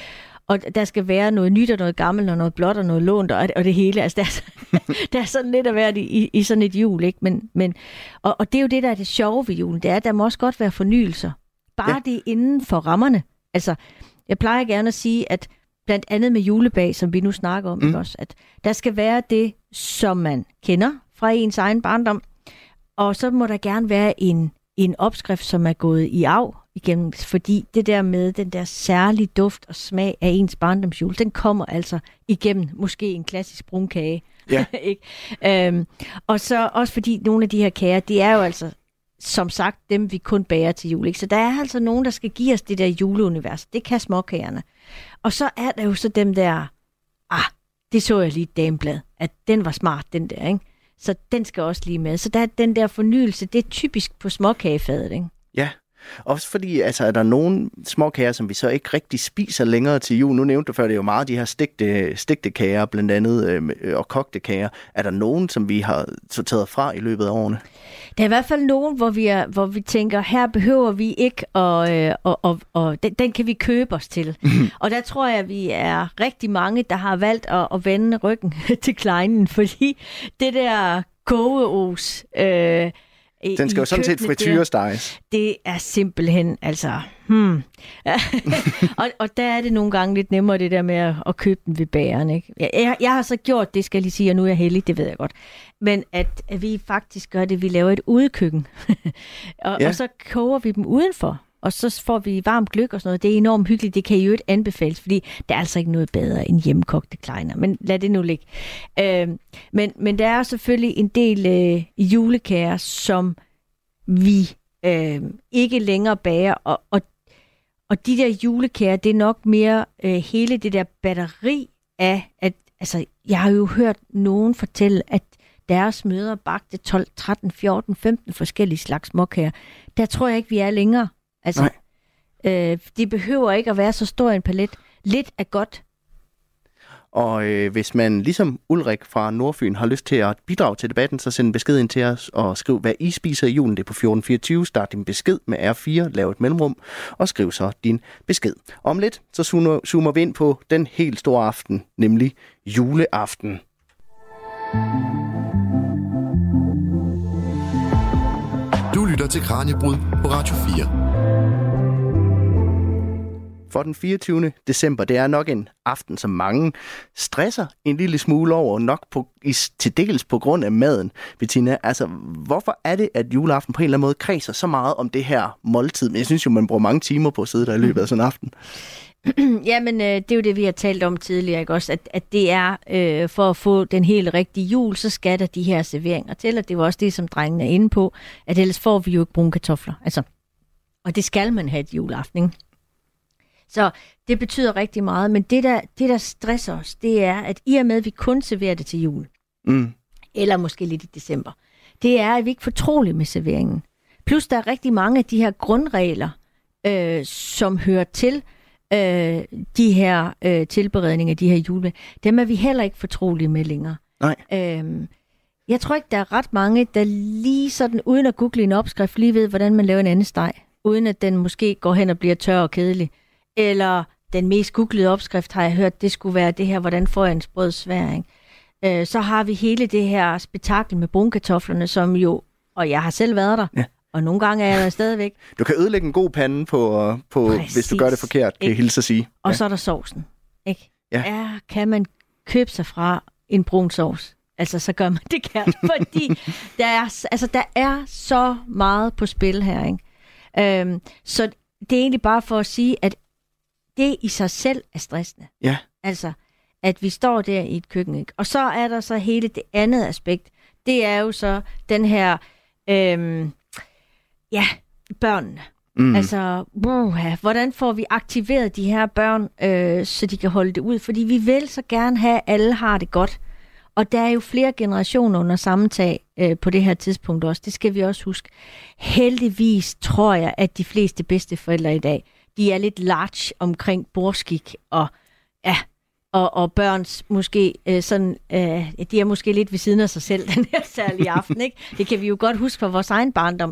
og der skal være noget nyt og noget gammelt og noget blåt og noget lånt og, og det hele. Altså, der, er, der er sådan lidt at være i, i sådan et jul, ikke? Men, men, og, og det er jo det, der er det sjove ved julen. Det er, at der må også godt være fornyelser. Bare ja. Det er inden for rammerne. Altså, jeg plejer gerne at sige, at blandt andet med julebag, som vi nu snakker om, mm. ikke også, at der skal være det, som man kender fra ens egen barndom, og så må der gerne være en, en opskrift, som er gået i arv igennem, fordi det der med den der særlige duft og smag af ens barndomsjul, den kommer altså igennem måske en klassisk brunkage. Ja. ikke? Øhm, og så også fordi nogle af de her kager, det er jo altså som sagt dem, vi kun bager til jul. Ikke? Så der er altså nogen, der skal give os det der juleunivers. Det kan småkagerne. Og så er der jo så dem der, ah, det så jeg lige et dameblad, at den var smart, den der, ikke? Så den skal også lige med. Så der er den der fornyelse, det er typisk på småkagefadet, ikke? Ja, også fordi, altså, er der nogle småkager, som vi så ikke rigtig spiser længere til jul? Nu nævnte du før, det er jo meget de her stegte, stegte kager, blandt andet, øh, og kogte kager. Er der nogen, som vi har sorteret fra i løbet af årene? Der er i hvert fald nogen, hvor vi, er, hvor vi tænker, her behøver vi ikke, og, øh, og, og, og den, den kan vi købe os til. Og der tror jeg, at vi er rigtig mange, der har valgt at, at vende ryggen til kleinen, fordi det der kogeos... Øh, Den skal jo sådan set frityresteges. Det er simpelthen, altså... Hmm. og, og der er det nogle gange lidt nemmere, det der med at, at købe den ved bageren, ikke? Jeg, jeg har så gjort det, skal jeg lige sige, og nu er jeg heldig, det ved jeg godt. Men at, at vi faktisk gør det, vi laver et udekøkken. og, ja. og så koger vi dem udenfor. Og så får vi varm gløgg og sådan noget. Det er enormt hyggeligt. Det kan I jo ikke anbefales, fordi der er altså ikke noget bedre end hjemmekogte kleiner. Men lad det nu ligge. Øh, men, men der er selvfølgelig en del øh, julekager, som vi øh, ikke længere bager. Og, og, og de der julekager, det er nok mere øh, hele det der batteri af, at altså, jeg har jo hørt nogen fortælle, at deres mødre bagte tolv, tretten, fjorten, femten forskellige slags småkager. Der tror jeg ikke, vi er længere. Altså, øh, det behøver ikke at være så stor en palet. Lidt er godt. Og øh, hvis man, ligesom Ulrik fra Nordfyn, har lyst til at bidrage til debatten, så send en besked ind til os og skriv, hvad I spiser i julen. Det er på fjorten fireogtyve. Start din besked med R fire, lav et mellemrum, og skriv så din besked. Om lidt, så zoomer, zoomer vi ind på den helt store aften, nemlig juleaften. Du lytter til Kraniebrud på Radio fire. For den fireogtyvende december, det er nok en aften, som mange stresser en lille smule over, nok på, i, til dels på grund af maden. Bettina, altså, hvorfor er det, at juleaften på en eller anden måde kredser så meget om det her måltid? Men jeg synes jo, man bruger mange timer på at sidde der i løbet af sådan en aften. Jamen, øh, det er jo det, vi har talt om tidligere, ikke også? At, at det er, øh, for at få den helt rigtige jul, så skal der de her serveringer til, og det var også det, som drengene er inde på, at ellers får vi jo ikke brune kartofler. Altså, og det skal man have et juleaften, ikke? Så det betyder rigtig meget, men det der, det, der stresser os, det er, at i og med, at vi kun serverer det til jul, mm. eller måske lidt i december, det er, at vi ikke er fortrolige med serveringen. Plus, der er rigtig mange af de her grundregler, øh, som hører til øh, de her øh, tilberedninger, de her jule, dem er vi heller ikke fortrolige med længere. Nej. Øhm, jeg tror ikke, der er ret mange, der lige sådan, uden at google en opskrift, lige ved, hvordan man laver en anden steg, uden at den måske går hen og bliver tør og kedelig. Eller den mest googlede opskrift, har jeg hørt, det skulle være det her, hvordan får jeg en sprød sværing. Øh, så har vi hele det her spektakel med brunkartoflerne, som jo, og jeg har selv været der, ja. Og nogle gange er jeg der stadigvæk. Du kan ødelægge en god pande, på, på hvis du gør det forkert, kan jeg hilse at sige. Og ja. Så er der sovsen. Ikke? Ja. Ja, kan man købe sig fra en brun sovs? Altså, så gør man det gerne, fordi der er, altså, der er så meget på spil her. Ikke? Øhm, så det er egentlig bare for at sige, at det i sig selv er stressende. Ja. Altså, at vi står der i et køkken, ikke? Og så er der så hele det andet aspekt. Det er jo så den her, øhm, ja, børnene. Mm. Altså, uh, hvordan får vi aktiveret de her børn, øh, så de kan holde det ud? Fordi vi vil så gerne have, at alle har det godt. Og der er jo flere generationer under samme tag øh, på det her tidspunkt også. Det skal vi også huske. Heldigvis tror jeg, at de fleste bedsteforældre i dag, de er lidt large omkring bordskik og ja, og, og børns måske øh, sådan, øh, de er måske lidt ved siden af sig selv den her særlige aften, ikke? Det kan vi jo godt huske fra vores egen barndom.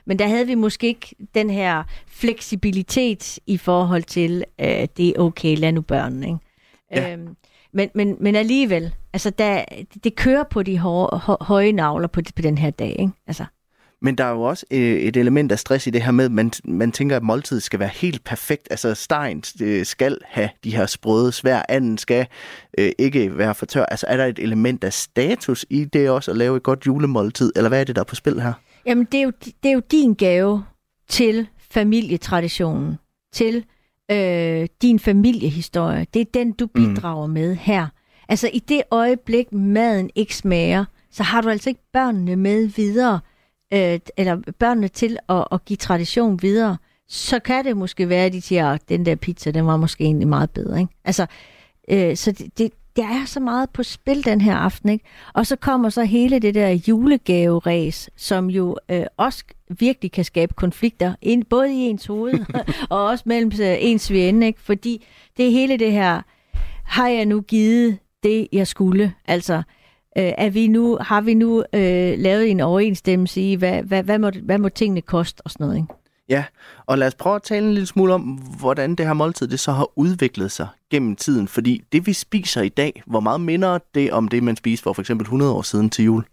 Men der havde vi måske ikke den her fleksibilitet i forhold til, øh, det er okay, lad nu børnene, ikke? Ja. Øhm, men, men, men alligevel, altså der, det kører på de høje, høje navler på, på den her dag, ikke? Altså. Men der er jo også øh, et element af stress i det her med, at man, man tænker, at måltidet skal være helt perfekt. Altså stegen øh, skal have de her sprøde svær, anden skal øh, ikke være for tør. Altså er der et element af status i det også at lave et godt julemåltid? Eller hvad er det, der er på spil her? Jamen det er jo, det er jo din gave til familietraditionen, til øh, din familiehistorie. Det er den, du bidrager mm. med her. Altså i det øjeblik, maden ikke smager, så har du altså ikke børnene med videre, øh, eller børnene til at, at give tradition videre. Så kan det måske være, at de siger, at den der pizza, den var måske egentlig meget bedre. Ikke? Altså, øh, så det, det, der er så meget på spil den her aften, ikke? Og så kommer så hele det der julegave-ræs, som jo øh, også virkelig kan skabe konflikter, ind, både i ens hoved og også mellem ens venner, ikke? Fordi det er hele det her, har jeg nu givet det, jeg skulle? Altså, øh, er vi nu, har vi nu øh, lavet en overensstemmelse i, hvad, hvad, hvad, må, hvad må tingene koste og sådan noget, ikke? Ja, og lad os prøve at tale en lille smule om, hvordan det her måltid det så har udviklet sig gennem tiden. Fordi det, vi spiser i dag, hvor meget minder det om det, man spiste for for eksempel hundrede år siden til jul?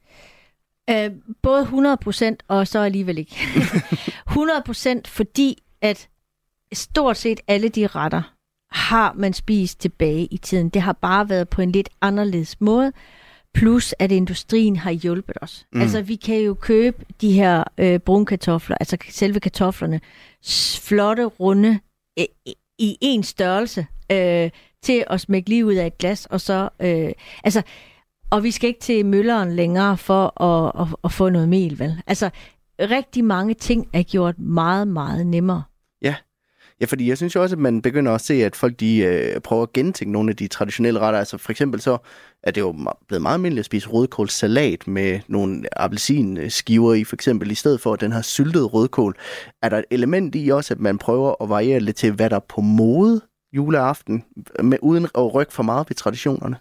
Øh, både hundrede procent og så alligevel ikke. hundrede procent fordi, at stort set alle de retter har man spist tilbage i tiden. Det har bare været på en lidt anderledes måde. Plus, at industrien har hjulpet os. Mm. Altså, vi kan jo købe de her øh, brunkartofler, altså selve kartoflerne, flotte, runde, øh, i en størrelse, øh, til at smække lige ud af et glas, og så, øh, altså, og vi skal ikke til mølleren længere for at, at, at få noget mel, vel? Altså, rigtig mange ting er gjort meget, meget nemmere. Ja. Ja, fordi jeg synes jo også, at man begynder at se, at folk de øh, prøver at gentænke nogle af de traditionelle retter. Altså for eksempel så er det jo blevet meget almindeligt at spise rødkålssalat med nogle appelsinskiver i, for eksempel, i stedet for den her syltede rødkål. Er der et element i også, at man prøver at variere lidt til, hvad der er på mode juleaften, med, uden at rykke for meget ved traditionerne?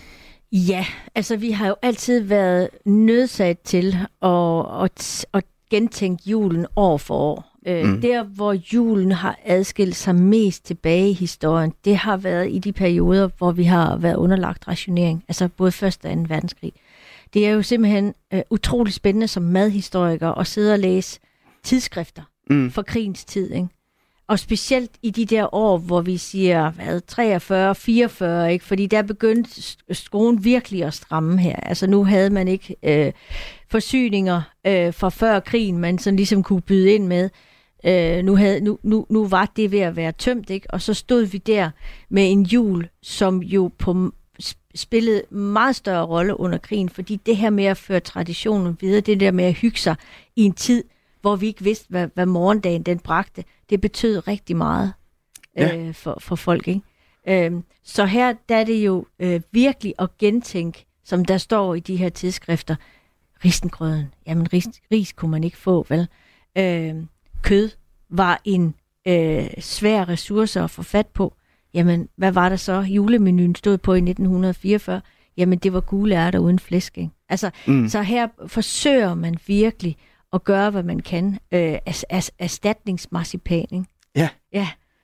Ja, altså vi har jo altid været nødsat til at, at, at gentænke julen år for år. Mm. Der, hvor julen har adskilt sig mest tilbage i historien, det har været i de perioder, hvor vi har været underlagt rationering, altså både første og anden verdenskrig. Det er jo simpelthen uh, utrolig spændende som madhistoriker at sidde og læse tidsskrifter mm. for krigens tid, ikke? Og specielt i de der år, hvor vi siger, hvad, treogfyrre, fireogfyrre, ikke? Fordi der begyndte skruen virkelig at stramme her. Altså nu havde man ikke øh, forsyninger øh, fra før krigen, man sådan ligesom kunne byde ind med. Øh, nu, havde, nu, nu, nu var det ved at være tømt, ikke? Og så stod vi der med en jul, som jo på, spillede meget større rolle under krigen, fordi det her med at føre traditionen videre, det der med at hygge sig i en tid, hvor vi ikke vidste, hvad, hvad morgendagen den bragte, det betød rigtig meget øh, ja. for, for folk, ikke? Øh, så her der er det jo øh, virkelig at gentænke, som der står i de her tidsskrifter, risengrøden. Jamen, ris, ris kunne man ikke få, vel? Øh, kød var en øh, svær ressource at få fat på. Jamen, hvad var der så? Julemenuen stod på i nitten fireogfyrre. Jamen, det var gule ærter uden flæsk, ikke? Altså, mm. så her forsøger man virkelig at gøre, hvad man kan. Øh, as, as, erstatningsmarcipan, ikke? Ja. Ja.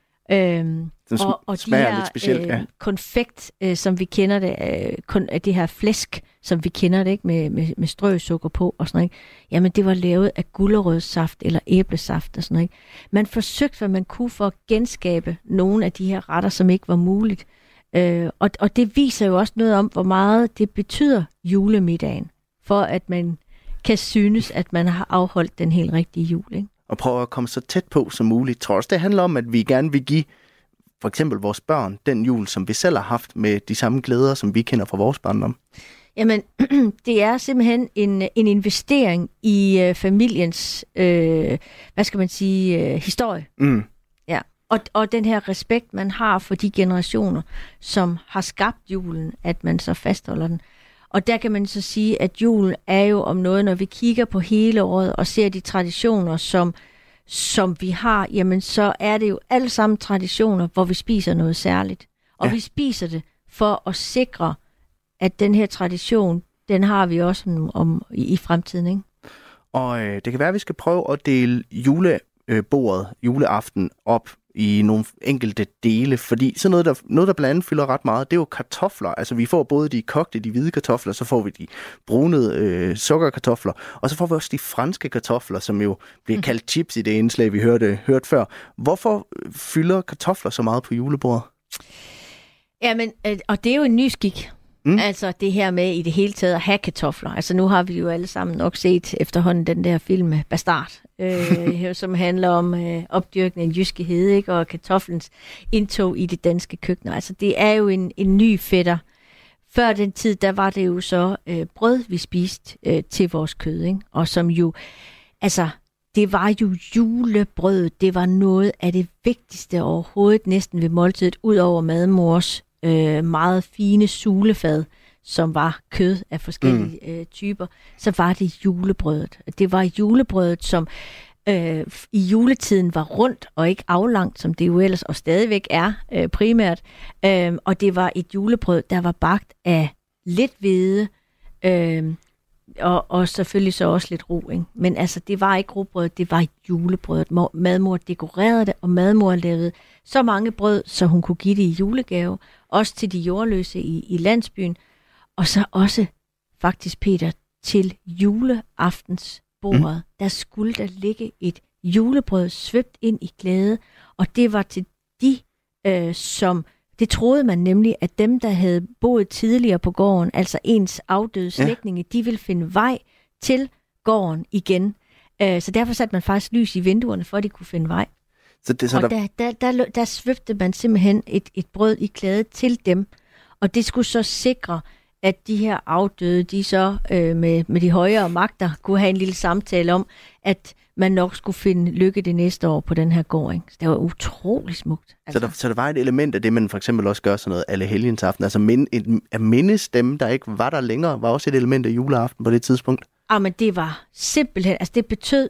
Øhm, og, og de her lidt specielt, øh, ja. konfekt, øh, som vi kender det, øh, kun, det her flæsk, som vi kender det, ikke, med, med, med strøsukker på og sådan noget, ikke? Jamen det var lavet af gulerødssaft eller æblesaft og sådan noget, ikke? Man forsøgte, hvad man kunne for at genskabe nogle af de her retter, som ikke var muligt. Øh, og, og det viser jo også noget om, hvor meget det betyder julemiddagen, for at man kan synes, at man har afholdt den helt rigtige jul, ikke? Og prøve at komme så tæt på som muligt. Jeg tror også, det handler om, at vi gerne vil give for eksempel vores børn den jul, som vi selv har haft med de samme glæder, som vi kender fra vores barndom. Jamen, det er simpelthen en, en investering i øh, familiens, øh, hvad skal man sige, øh, historie. Mm. Ja. Og, og den her respekt, man har for de generationer, som har skabt julen, at man så fastholder den. Og der kan man så sige, at julen er jo om noget, når vi kigger på hele året og ser de traditioner, som, som vi har, jamen så er det jo alle sammen traditioner, hvor vi spiser noget særligt. Og ja. vi spiser det for at sikre, at den her tradition, den har vi også om, om i, i fremtiden, ikke? Og øh, det kan være, at vi skal prøve at dele julebordet, juleaften op i nogle enkelte dele, fordi sådan noget der, noget, der blandt andet fylder ret meget, det er jo kartofler. Altså vi får både de kogte, de hvide kartofler, så får vi de brunede øh, sukkerkartofler, og så får vi også de franske kartofler, som jo bliver kaldt chips i det indslag, vi hørte, hørte før. Hvorfor fylder kartofler så meget på julebordet? Jamen, og det er jo en ny skik. Mm. Altså det her med i det hele taget at have kartofler. Altså nu har vi jo alle sammen nok set efterhånden den der film Bastard, øh, som handler om øh, opdyrkning af jyske hede, ikke? Og kartoflens indtog i det danske køkken. Altså det er jo en, en ny fætter. Før den tid, der var det jo så øh, brød, vi spiste øh, til vores kød, ikke? Og som jo, altså det var jo julebrød. Det var noget af det vigtigste overhovedet næsten ved måltidet, ud over madmors Øh, meget fine sulefad, som var kød af forskellige mm. øh, typer, så var det julebrødet. Det var julebrødet, som øh, i juletiden var rundt og ikke aflangt, som det jo ellers og stadigvæk er øh, primært. Øh, og det var et julebrød, der var bagt af lidt hvede, øh, og, og selvfølgelig så også lidt ro. Ikke? Men altså, det var ikke rugbrød, det var julebrødet. Madmor dekorerede det, og madmor lavede så mange brød, så hun kunne give det i julegave, også til de jordløse i, i landsbyen, og så også faktisk, Peter, til juleaftensbordet, mm. der skulle der ligge et julebrød svøbt ind i glæde, og det var til de, øh, som, det troede man nemlig, at dem, der havde boet tidligere på gården, altså ens afdøde slægtninge, ja. de ville finde vej til gården igen. Øh, så derfor satte man faktisk lys i vinduerne, for at de kunne finde vej. Så det, så og der, der, der, der, der svøbte man simpelthen et, et brød i glæde til dem. Og det skulle så sikre, at de her afdøde, de så øh, med, med de højere magter, kunne have en lille samtale om, at man nok skulle finde lykke det næste år på den her gård. Ikke? Så det var utrolig smukt. Altså. Så, der, så der var et element af det, man for eksempel også gør sådan noget alle helgens aften. Altså mind, et, at mindes dem, der ikke var der længere, var også et element af juleaften på det tidspunkt. Ja, men det var simpelthen, altså det betød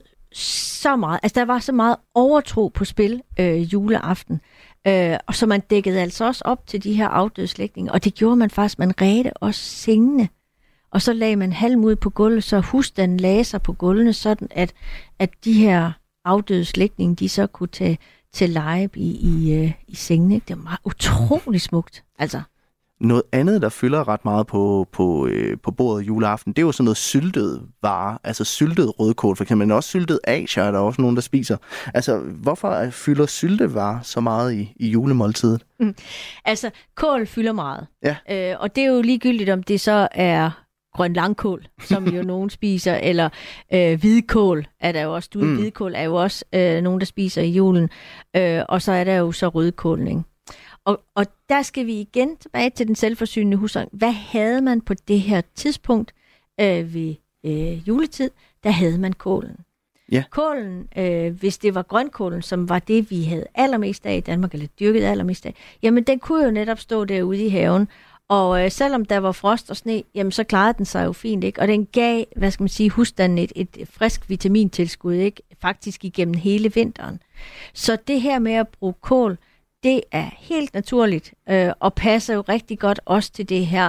så meget. Altså, der var så meget overtro på spil øh, juleaften. Øh, og så man dækkede altså også op til de her afdøde slægtninge. Og det gjorde man faktisk. Man redte også sengene. Og så lagde man halm ud på gulvet, så husstanden lagde sig på gulvene, sådan at, at de her afdøde slægtninge, de så kunne tage til leje i, i, øh, i sengene. Det var meget utrolig smukt. Altså. Noget andet, der fylder ret meget på, på, øh, på bordet juleaften, det er jo sådan noget syltet varer, altså syltet rødkål for eksempel, men også syltet asier, er der også nogen, der spiser. Altså, hvorfor fylder syltevarer så meget i, i julemåltidet? Mm. Altså, kål fylder meget. Ja. Øh, og det er jo ligegyldigt, om det så er grøn langkål, som jo nogen spiser, eller øh, hvidkål er der jo også. Du, mm. Hvidkål er jo også øh, nogen, der spiser i julen. Øh, og så er der jo så rødkål, ikke? Og, og der skal vi igen tilbage til den selvforsynende husholdning. Hvad havde man på det her tidspunkt øh, ved øh, juletid? Der havde man kålen. Ja. Kålen, øh, hvis det var grønkålen, som var det, vi havde allermest af i Danmark, eller dyrket allermest af, jamen den kunne jo netop stå derude i haven. Og øh, selvom der var frost og sne, jamen så klarede den sig jo fint, ikke? Og den gav, hvad skal man sige, husstanden et, et frisk vitamintilskud, ikke? Faktisk igennem hele vinteren. Så det her med at bruge kål, det er helt naturligt, øh, og passer jo rigtig godt også til det her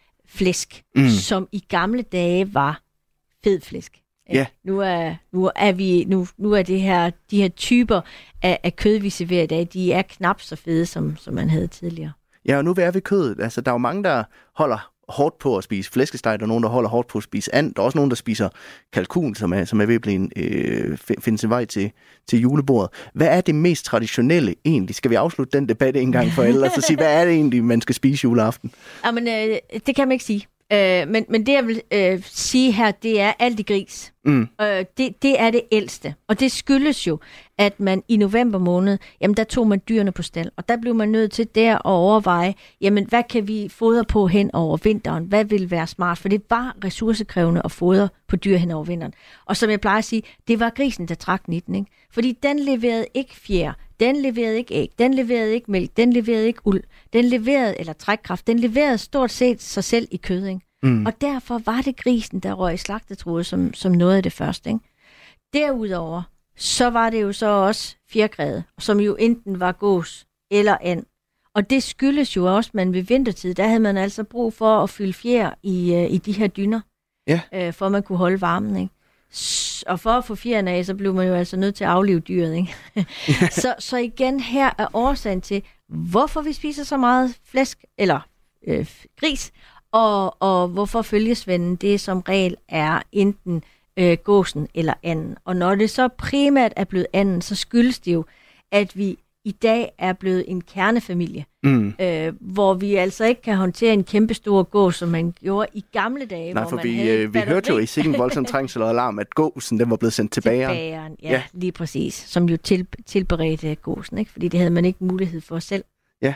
flæsk, mm. som i gamle dage var fed flæsk. Ja. Nu er, nu er vi nu, nu er det her de her typer af, af kød, vi serverer i dag, de er knap så fede, som, som man havde tidligere. Ja, og nu er vi kødet. Altså, der er jo mange, der holder hårdt på at spise flæskesteg, der er nogen, der holder hårdt på at spise and. Der er også nogen, der spiser kalkun, som er, som er ved at blive, øh, finde sin vej til, til julebordet. Hvad er det mest traditionelle egentlig? Skal vi afslutte den debat en gang for alle, og så sige, hvad er det egentlig, man skal spise juleaften? Jamen, øh, det kan man ikke sige. Øh, men, men det, jeg vil øh, sige her, det er alt i gris. Mm. Øh, det, det er det ældste. Og det skyldes jo, at man i november måned, jamen der tog man dyrene på stald. Og der blev man nødt til der at overveje, jamen hvad kan vi fodre på hen over vinteren? Hvad vil være smart? For det var ressourcekrævende at fodre på dyr hen over vinteren. Og som jeg plejer at sige, det var grisen, der trak nitten, ikke? Fordi den leverede ikke fjer, den leverede ikke æg, den leverede ikke mælk, den leverede ikke uld, den leverede, eller trækkraft, den leverede stort set sig selv i kød, ikke? Mm. Og derfor var det grisen, der røg i slagtetruet som, som noget af det første, ikke? Derudover, så var det jo så også fjerkræde, som jo enten var gås eller and. Og det skyldes jo også, at man ved vintertid, der havde man altså brug for at fylde fjer i, uh, i de her dyner, ja. uh, for at man kunne holde varmen, ikke? Og for at få fjerne af, så blev man jo altså nødt til at aflive dyret, ikke? så, så igen, her er årsagen til, hvorfor vi spiser så meget flæsk, eller øh, gris, og, og hvorfor følgesvenden, det som regel er enten øh, gåsen eller anden. Og når det så primært er blevet anden, så skyldes det jo, at vi i dag er blevet en kernefamilie, mm. øh, hvor vi altså ikke kan håndtere en kæmpe stor gås, som man gjorde i gamle dage. Nej, hvor for man vi, havde øh, vi hørte jo i sikken voldsom trængsel og alarm, at gåsen den var blevet sendt til bageren. Til bageren, ja, ja, lige præcis. Som jo til, tilberedte gåsen, ikke? Fordi det havde man ikke mulighed for selv. Ja,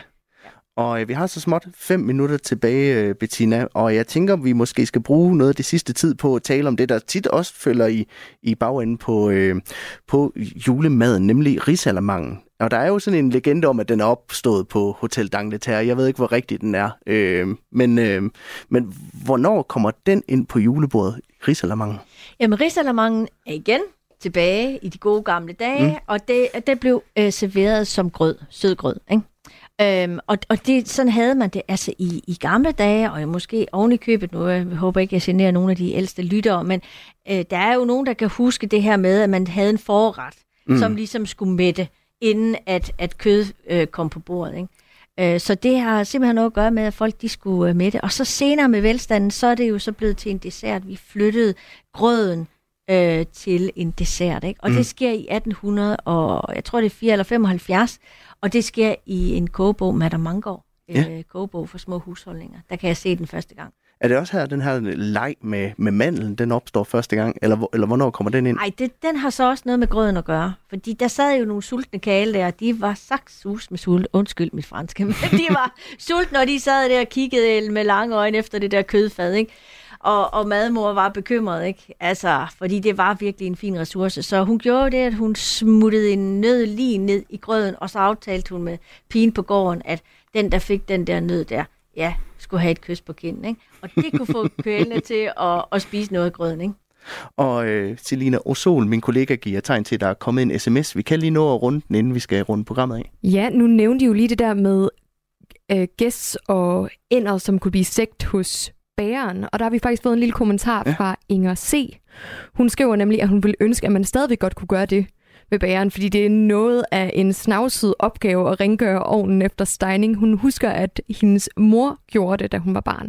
og øh, vi har så småt fem minutter tilbage, øh, Bettina, og jeg tænker, vi måske skal bruge noget af det sidste tid på at tale om det, der tit også følger i, i bagenden på, øh, på julemaden, nemlig risalamangen. Og der er jo sådan en legende om, at den er opstået på Hotel d'Angleterre. Jeg ved ikke, hvor rigtig den er. Øh, men, øh, men hvornår kommer den ind på julebordet, risalamangen? Jamen, risalamangen er igen tilbage i de gode gamle dage, mm. og det, det blev øh, serveret som grød, sødgrød, ikke? Øhm, og og det, sådan havde man det altså i, i gamle dage, og måske oven i købet nu. Jeg håber ikke, jeg generer nogle af de ældste lyttere, men øh, der er jo nogen, der kan huske det her med, at man havde en forret, mm. som ligesom skulle mætte, inden at, at kød øh, kom på bordet, ikke? Øh, så det har simpelthen noget at gøre med, at folk de skulle øh, mætte. Og så senere med velstanden, så er det jo så blevet til en dessert. Vi flyttede grøden øh, til en dessert, ikke? Og mm. det sker i atten hundrede, og jeg tror det er fire eller femoghalvfjerds, og det sker i en kogebog, Madame Mangård, ja. øh, kogebog for små husholdninger. Der kan jeg se den første gang. Er det også her, den her leg med, med mandlen, den opstår første gang? Eller, eller hvornår kommer den ind? Nej, den har så også noget med grøden at gøre. Fordi der sad jo nogle sultne kale der, de var saksus med sult. Undskyld mit franske, men de var sultne, når de sad der og kiggede med lange øjne efter det der kødfad, ikke? Og, og madmor var bekymret, ikke? Altså, fordi det var virkelig en fin ressource. Så hun gjorde det, at hun smuttede en nød lige ned i grøden, og så aftalte hun med pigen på gården, at den, der fik den der nød der, ja, skulle have et kys på kinden, ikke? Og det kunne få kælene til at, at spise noget af grøden, ikke? Og øh, Selina Osol, min kollega, giver tegn til, at der er kommet en sms. Vi kan lige nå at runde den, inden vi skal runde programmet af. Ja, nu nævnte de jo lige det der med øh, gæs og ænder, som kunne blive stegt hos bageren. Og der har vi faktisk fået en lille kommentar ja. fra Inger C. Hun skriver nemlig, at hun ville ønske, at man stadigvæk godt kunne gøre det ved bageren, fordi det er noget af en snavset opgave at rengøre ovnen efter stegning. Hun husker, at hendes mor gjorde det, da hun var barn.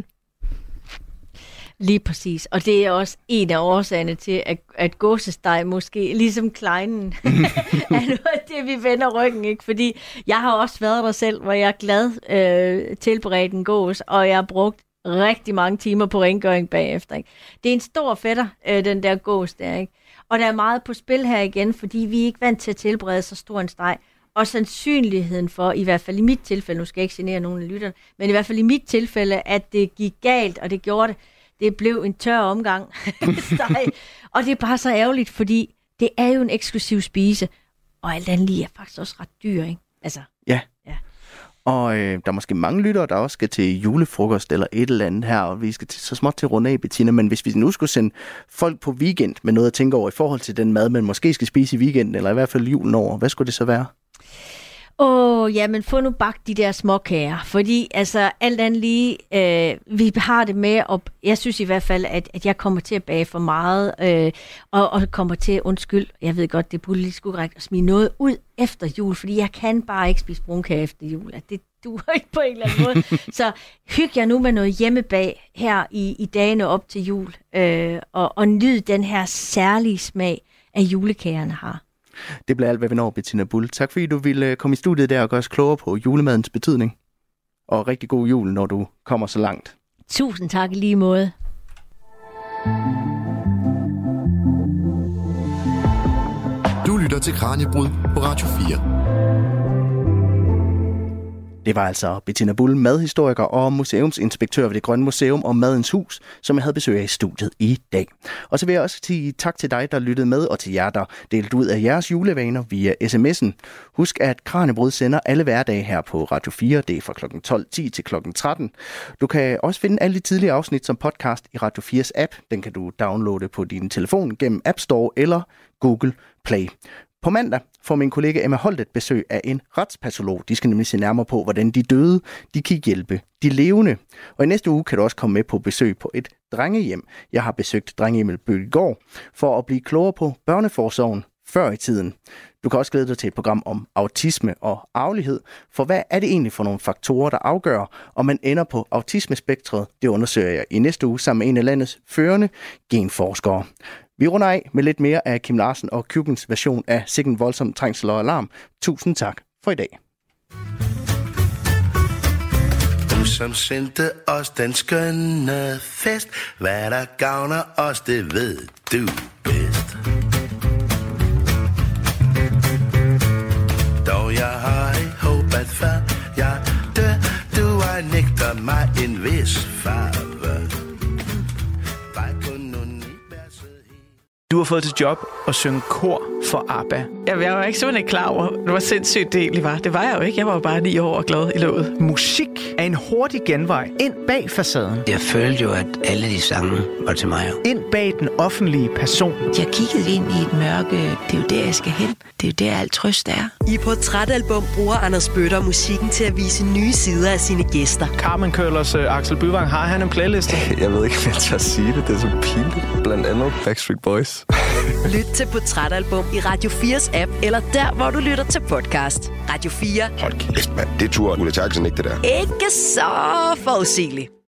Lige præcis. Og det er også en af årsagerne til, at, at gåsesteg måske, ligesom kleinen, er noget af det, vi vender ryggen, ikke? Fordi jeg har også været der selv, hvor jeg er glad øh, tilberedt en gås, og jeg har brugt rigtig mange timer på rengøring bagefter, ikke? Det er en stor fætter, øh, den der gås der, ikke? Og der er meget på spil her igen, fordi vi er ikke vant til at tilberede så stor en steg. Og sandsynligheden for, i hvert fald i mit tilfælde, nu skal jeg ikke genere nogen af lytterne, men i hvert fald i mit tilfælde, at det gik galt, og det gjorde det, det blev en tør omgang steg. Og det er bare så ærgerligt, fordi det er jo en eksklusiv spise, og alt andet lige er faktisk også ret dyr, ikke? Altså, ja. ja. Og øh, der er måske mange lyttere, der også skal til julefrokost eller et eller andet her, og vi skal til, så småt til runde af, Bettina, men hvis vi nu skulle sende folk på weekend med noget at tænke over i forhold til den mad, man måske skal spise i weekenden, eller i hvert fald julen over, hvad skulle det så være? Åh, oh, ja, men få nu bagt de der småkager, fordi altså alt andet lige, øh, vi har det med, og jeg synes i hvert fald, at, at jeg kommer til at bage for meget, øh, og, og kommer til, undskyld, jeg ved godt, det er politisk ukorrekt, at smide noget ud efter jul, fordi jeg kan bare ikke spise brunkager efter jul, at det duer ikke på en eller anden måde. Så hyg jer nu med noget hjemmebag her i, i dagene op til jul, øh, og, og nyd den her særlige smag, af julekagerne har. Det bliver alt, hvad vi når, Bettina Bull. Tak fordi du ville komme i studiet der og gøre os klogere på julemadens betydning. Og rigtig god jul, når du kommer så langt. Tusind tak i lige måde. Du lytter til Kraniebrud på Radio fire. Det var altså Bettina Bull, madhistoriker og museumsinspektør ved Det Grønne Museum og Madens Hus, som jeg havde besøg af i studiet i dag. Og så vil jeg også sige tak til dig, der lyttede med, og til jer, der delte ud af jeres julevaner via sms'en. Husk, at Kraniebrud sender alle hverdage her på Radio fire. Det er fra klokken tolv ti til klokken tretten. Du kan også finde alle de tidligere afsnit som podcast i Radio fires app. Den kan du downloade på din telefon gennem App Store eller Google Play. På mandag får min kollega Emma Holtet besøg af en retspatolog. De skal nemlig se nærmere på, hvordan de døde, de kan hjælpe de levende. Og i næste uge kan du også komme med på besøg på et drengehjem. Jeg har besøgt drengehjemmet Bøgegård for at blive klogere på børneforsorgen før i tiden. Du kan også glæde dig til et program om autisme og arvelighed, for hvad er det egentlig for nogle faktorer, der afgør, om man ender på autismespektret? Det undersøger jeg i næste uge sammen med en af landets førende genforskere. Vi runder af med lidt mere af Kim Larsen og Cubans version af Sikken Voldsom Trængsel og Alarm. Tusind tak for i dag. Du som sendte os den skønne fest, hvad der gavner os, det ved du bedst. Dog jeg har ikke håbet før, jeg dør, du har nægter mig en vis farve. Du har fået til job at synge kor for ABBA. Jeg var ikke simpelthen ikke klar over, hvor sindssygt det egentlig var. Det var jeg jo ikke. Jeg var jo bare ni år og glad i låget. Musik er en hurtig genvej ind bag facaden. Jeg følte jo, at alle de sange var til mig. Ind bag den offentlige person. Jeg kiggede ind i et mørke. Det er jo der, jeg skal hen. Det er jo der, alt trøst er. I Portrætalbum bruger Anders Bøtter musikken til at vise nye sider af sine gæster. Carmen Køllers uh, Axel Byvang, har han en playliste? Jeg ved ikke, hvad jeg tør sige det. Det er så pinligt. Blandt andet Backstreet Boys. Lyt til Portrætalbum i Radio fires app, eller der, hvor du lytter til podcast. Radio fire. Hold kæft, mand. Det turde Ulla Terkelsen ikke, det der. Ikke så forudsigeligt.